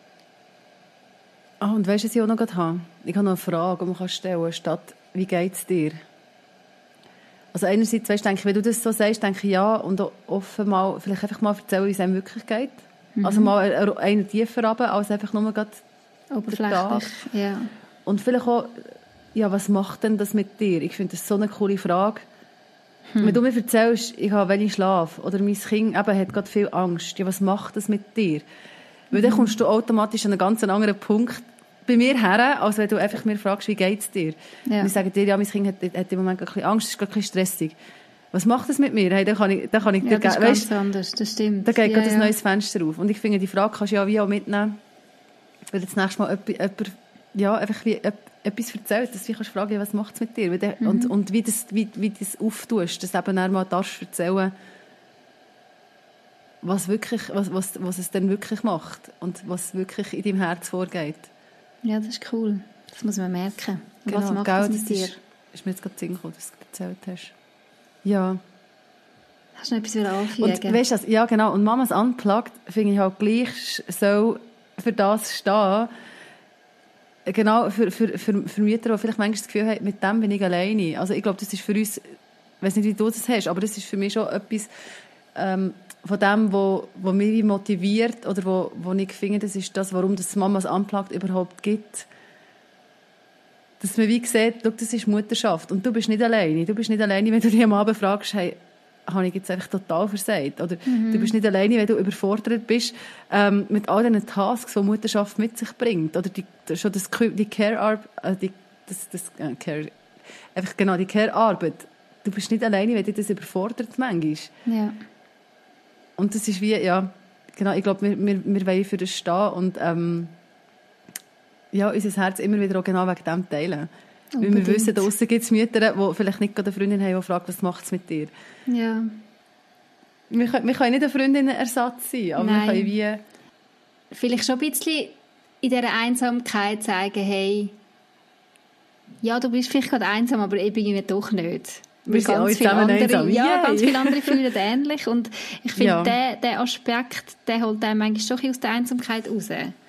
Ah, und weißt du, was ich auch noch gerade habe? Ich habe noch eine Frage, die man stellen kann, statt «Wie geht es dir?» Also einerseits, weißt, denke ich, wenn du das so sagst, denke ich, ja, und offen mal, vielleicht einfach mal erzählen, wie es einem wirklich geht. Mhm. Also mal einen tiefer runter, als einfach nur gerade oberflächlich, ja. Und vielleicht auch, ja, was macht denn das mit dir? Ich finde das so eine coole Frage. Hm. Wenn du mir erzählst, ich habe wenig Schlaf oder mein Kind eben hat gerade viel Angst, ja, was macht das mit dir? Weil dann kommst du automatisch an einen ganz anderen Punkt bei mir her, als wenn du einfach mir fragst, wie geht es dir? Ja. Und ich sage dir, ja, mein Kind hat, hat im Moment ein bisschen Angst, es ist gerade ein bisschen stressig. Was macht das mit mir? Hey, da kann ich, da kann ich ja, dir das ist weißt, ganz anders, das stimmt. Da geht ja, gerade ja. ein neues ja. Fenster auf. Und ich finde, die Frage kannst du ja wie auch mitnehmen, weil das nächste Mal jemand, ja, einfach wie etwas erzählt, dass du kannst fragen, was macht es mit dir? Mhm. Und, und wie du das, wie, wie das auftust, dass du eben dann mal darfst erzählen, was, wirklich, was, was, was es denn wirklich macht und was wirklich in deinem Herz vorgeht. Ja, das ist cool. Das muss man merken. Und genau, was macht gell, das mit das dir? Ist, ist mir jetzt gerade Sinn gekommen, dass du es erzählt hast. Ja. Hast du noch etwas anfügen? Und weißt du, ja genau, und Mamas Unplugged finde ich halt gleich so für das stehen, genau, für, für, für, für Mütter, die vielleicht manchmal das Gefühl haben, mit dem bin ich alleine. Also ich glaube, das ist für uns, ich weiß nicht, wie du das hast, aber das ist für mich schon etwas ähm, von dem, was mich motiviert oder wo, wo ich finde, das ist das, warum das Mamas Unplugged überhaupt gibt. Dass man wie sieht, schau, das ist Mutterschaft und du bist nicht alleine. Du bist nicht alleine, wenn du dich am Abend fragst, hey, habe ich jetzt einfach total versagt. Oder mhm. du bist nicht alleine, wenn du überfordert bist ähm, mit all diesen Tasks, die Mutterschaft mit sich bringt. Oder die, schon das, die Care-Arbeit, äh, die, das, das, äh, Care, einfach genau, die Care-Arbeit. Du bist nicht alleine, wenn dich das überfordert manchmal. Ja. Und das ist wie, ja, genau, ich glaube, wir, wir, wir wollen für das stehen und ähm, ja, unser Herz immer wieder auch genau wegen dem teilen. Unbedingt. Weil wir wissen, da draussen gibt es Mütter, die vielleicht nicht eine Freundin haben, die fragt, was macht es mit dir? Ja. Wir können, wir können nicht ein Freundinnenersatz sein, aber Nein. wir können wie... Vielleicht schon ein bisschen in dieser Einsamkeit zeigen, hey, ja, du bist vielleicht gerade einsam, aber ich bin irgendwie doch nicht. Wir sind alle zusammen andere, einsam. Ja, Yay. ganz viele andere fühlen ähnlich. Und ich finde, ja. der, der Aspekt, der holt einem manchmal schon aus der Einsamkeit raus.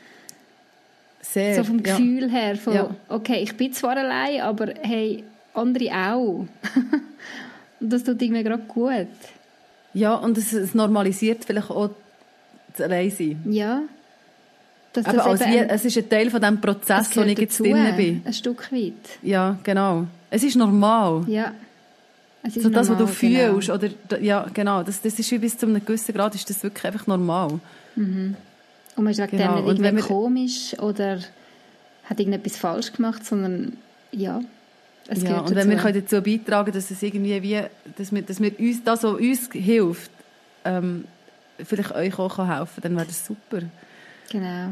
Sehr, so vom Gefühl ja. her, von, ja. okay, ich bin zwar allein, aber hey, andere auch. Und das tut irgendwie gerade gut. Ja, und es, es normalisiert vielleicht auch das Alleinsein. Ja. Dass aber das als eben wie, ein, es ist ein Teil von dem Prozess, wo ich jetzt drin bin. Ein Stück weit. Ja, genau. Es ist normal. Ja. Es ist so das, normal, was du fühlst. Genau. Oder, ja, genau. Das, das ist wie bis zu einem gewissen Grad ist das wirklich einfach normal. Mhm. Und man ist wegen genau. dem nicht irgendwie komisch oder hat irgendetwas falsch gemacht, sondern ja, es ja, gehört und wenn dazu. wir dazu beitragen können, dass es irgendwie wie, dass wir, dass wir uns, das, was uns hilft, ähm, vielleicht euch auch helfen kann, dann wäre das super. Genau.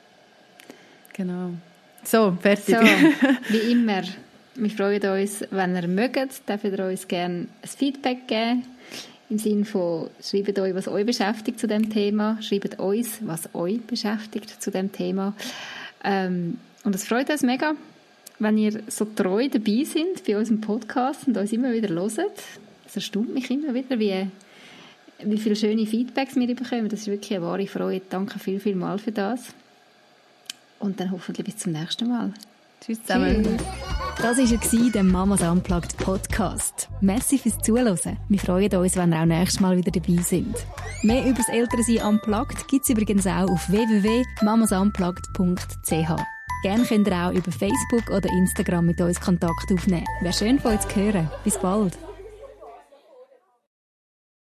Genau. So, fertig. So, wie immer, wir freuen uns, wenn ihr mögt, dürft ihr uns gerne ein Feedback geben. Im Sinne von, schreibt euch, was euch beschäftigt zu dem Thema. Schreibt uns, was euch beschäftigt zu dem Thema. Ähm, und es freut uns mega, wenn ihr so treu dabei seid bei unserem Podcast und uns immer wieder hört. Es erstaunt mich immer wieder, wie, wie viele schöne Feedbacks wir bekommen. Das ist wirklich eine wahre Freude. Danke viel, viel mal für das. Und dann hoffentlich bis zum nächsten Mal. Tschüss zusammen. Tschüss. Das war er, der Mamas Unplugged Podcast. Merci fürs Zuhören. Wir freuen uns, wenn ihr auch nächstes Mal wieder dabei sind. Mehr über das Elternsein Unplugged gibt es übrigens auch auf w w w punkt mamas unplugged punkt c h. Gerne könnt ihr auch über Facebook oder Instagram mit uns Kontakt aufnehmen. Wäre schön von euch zu hören. Bis bald.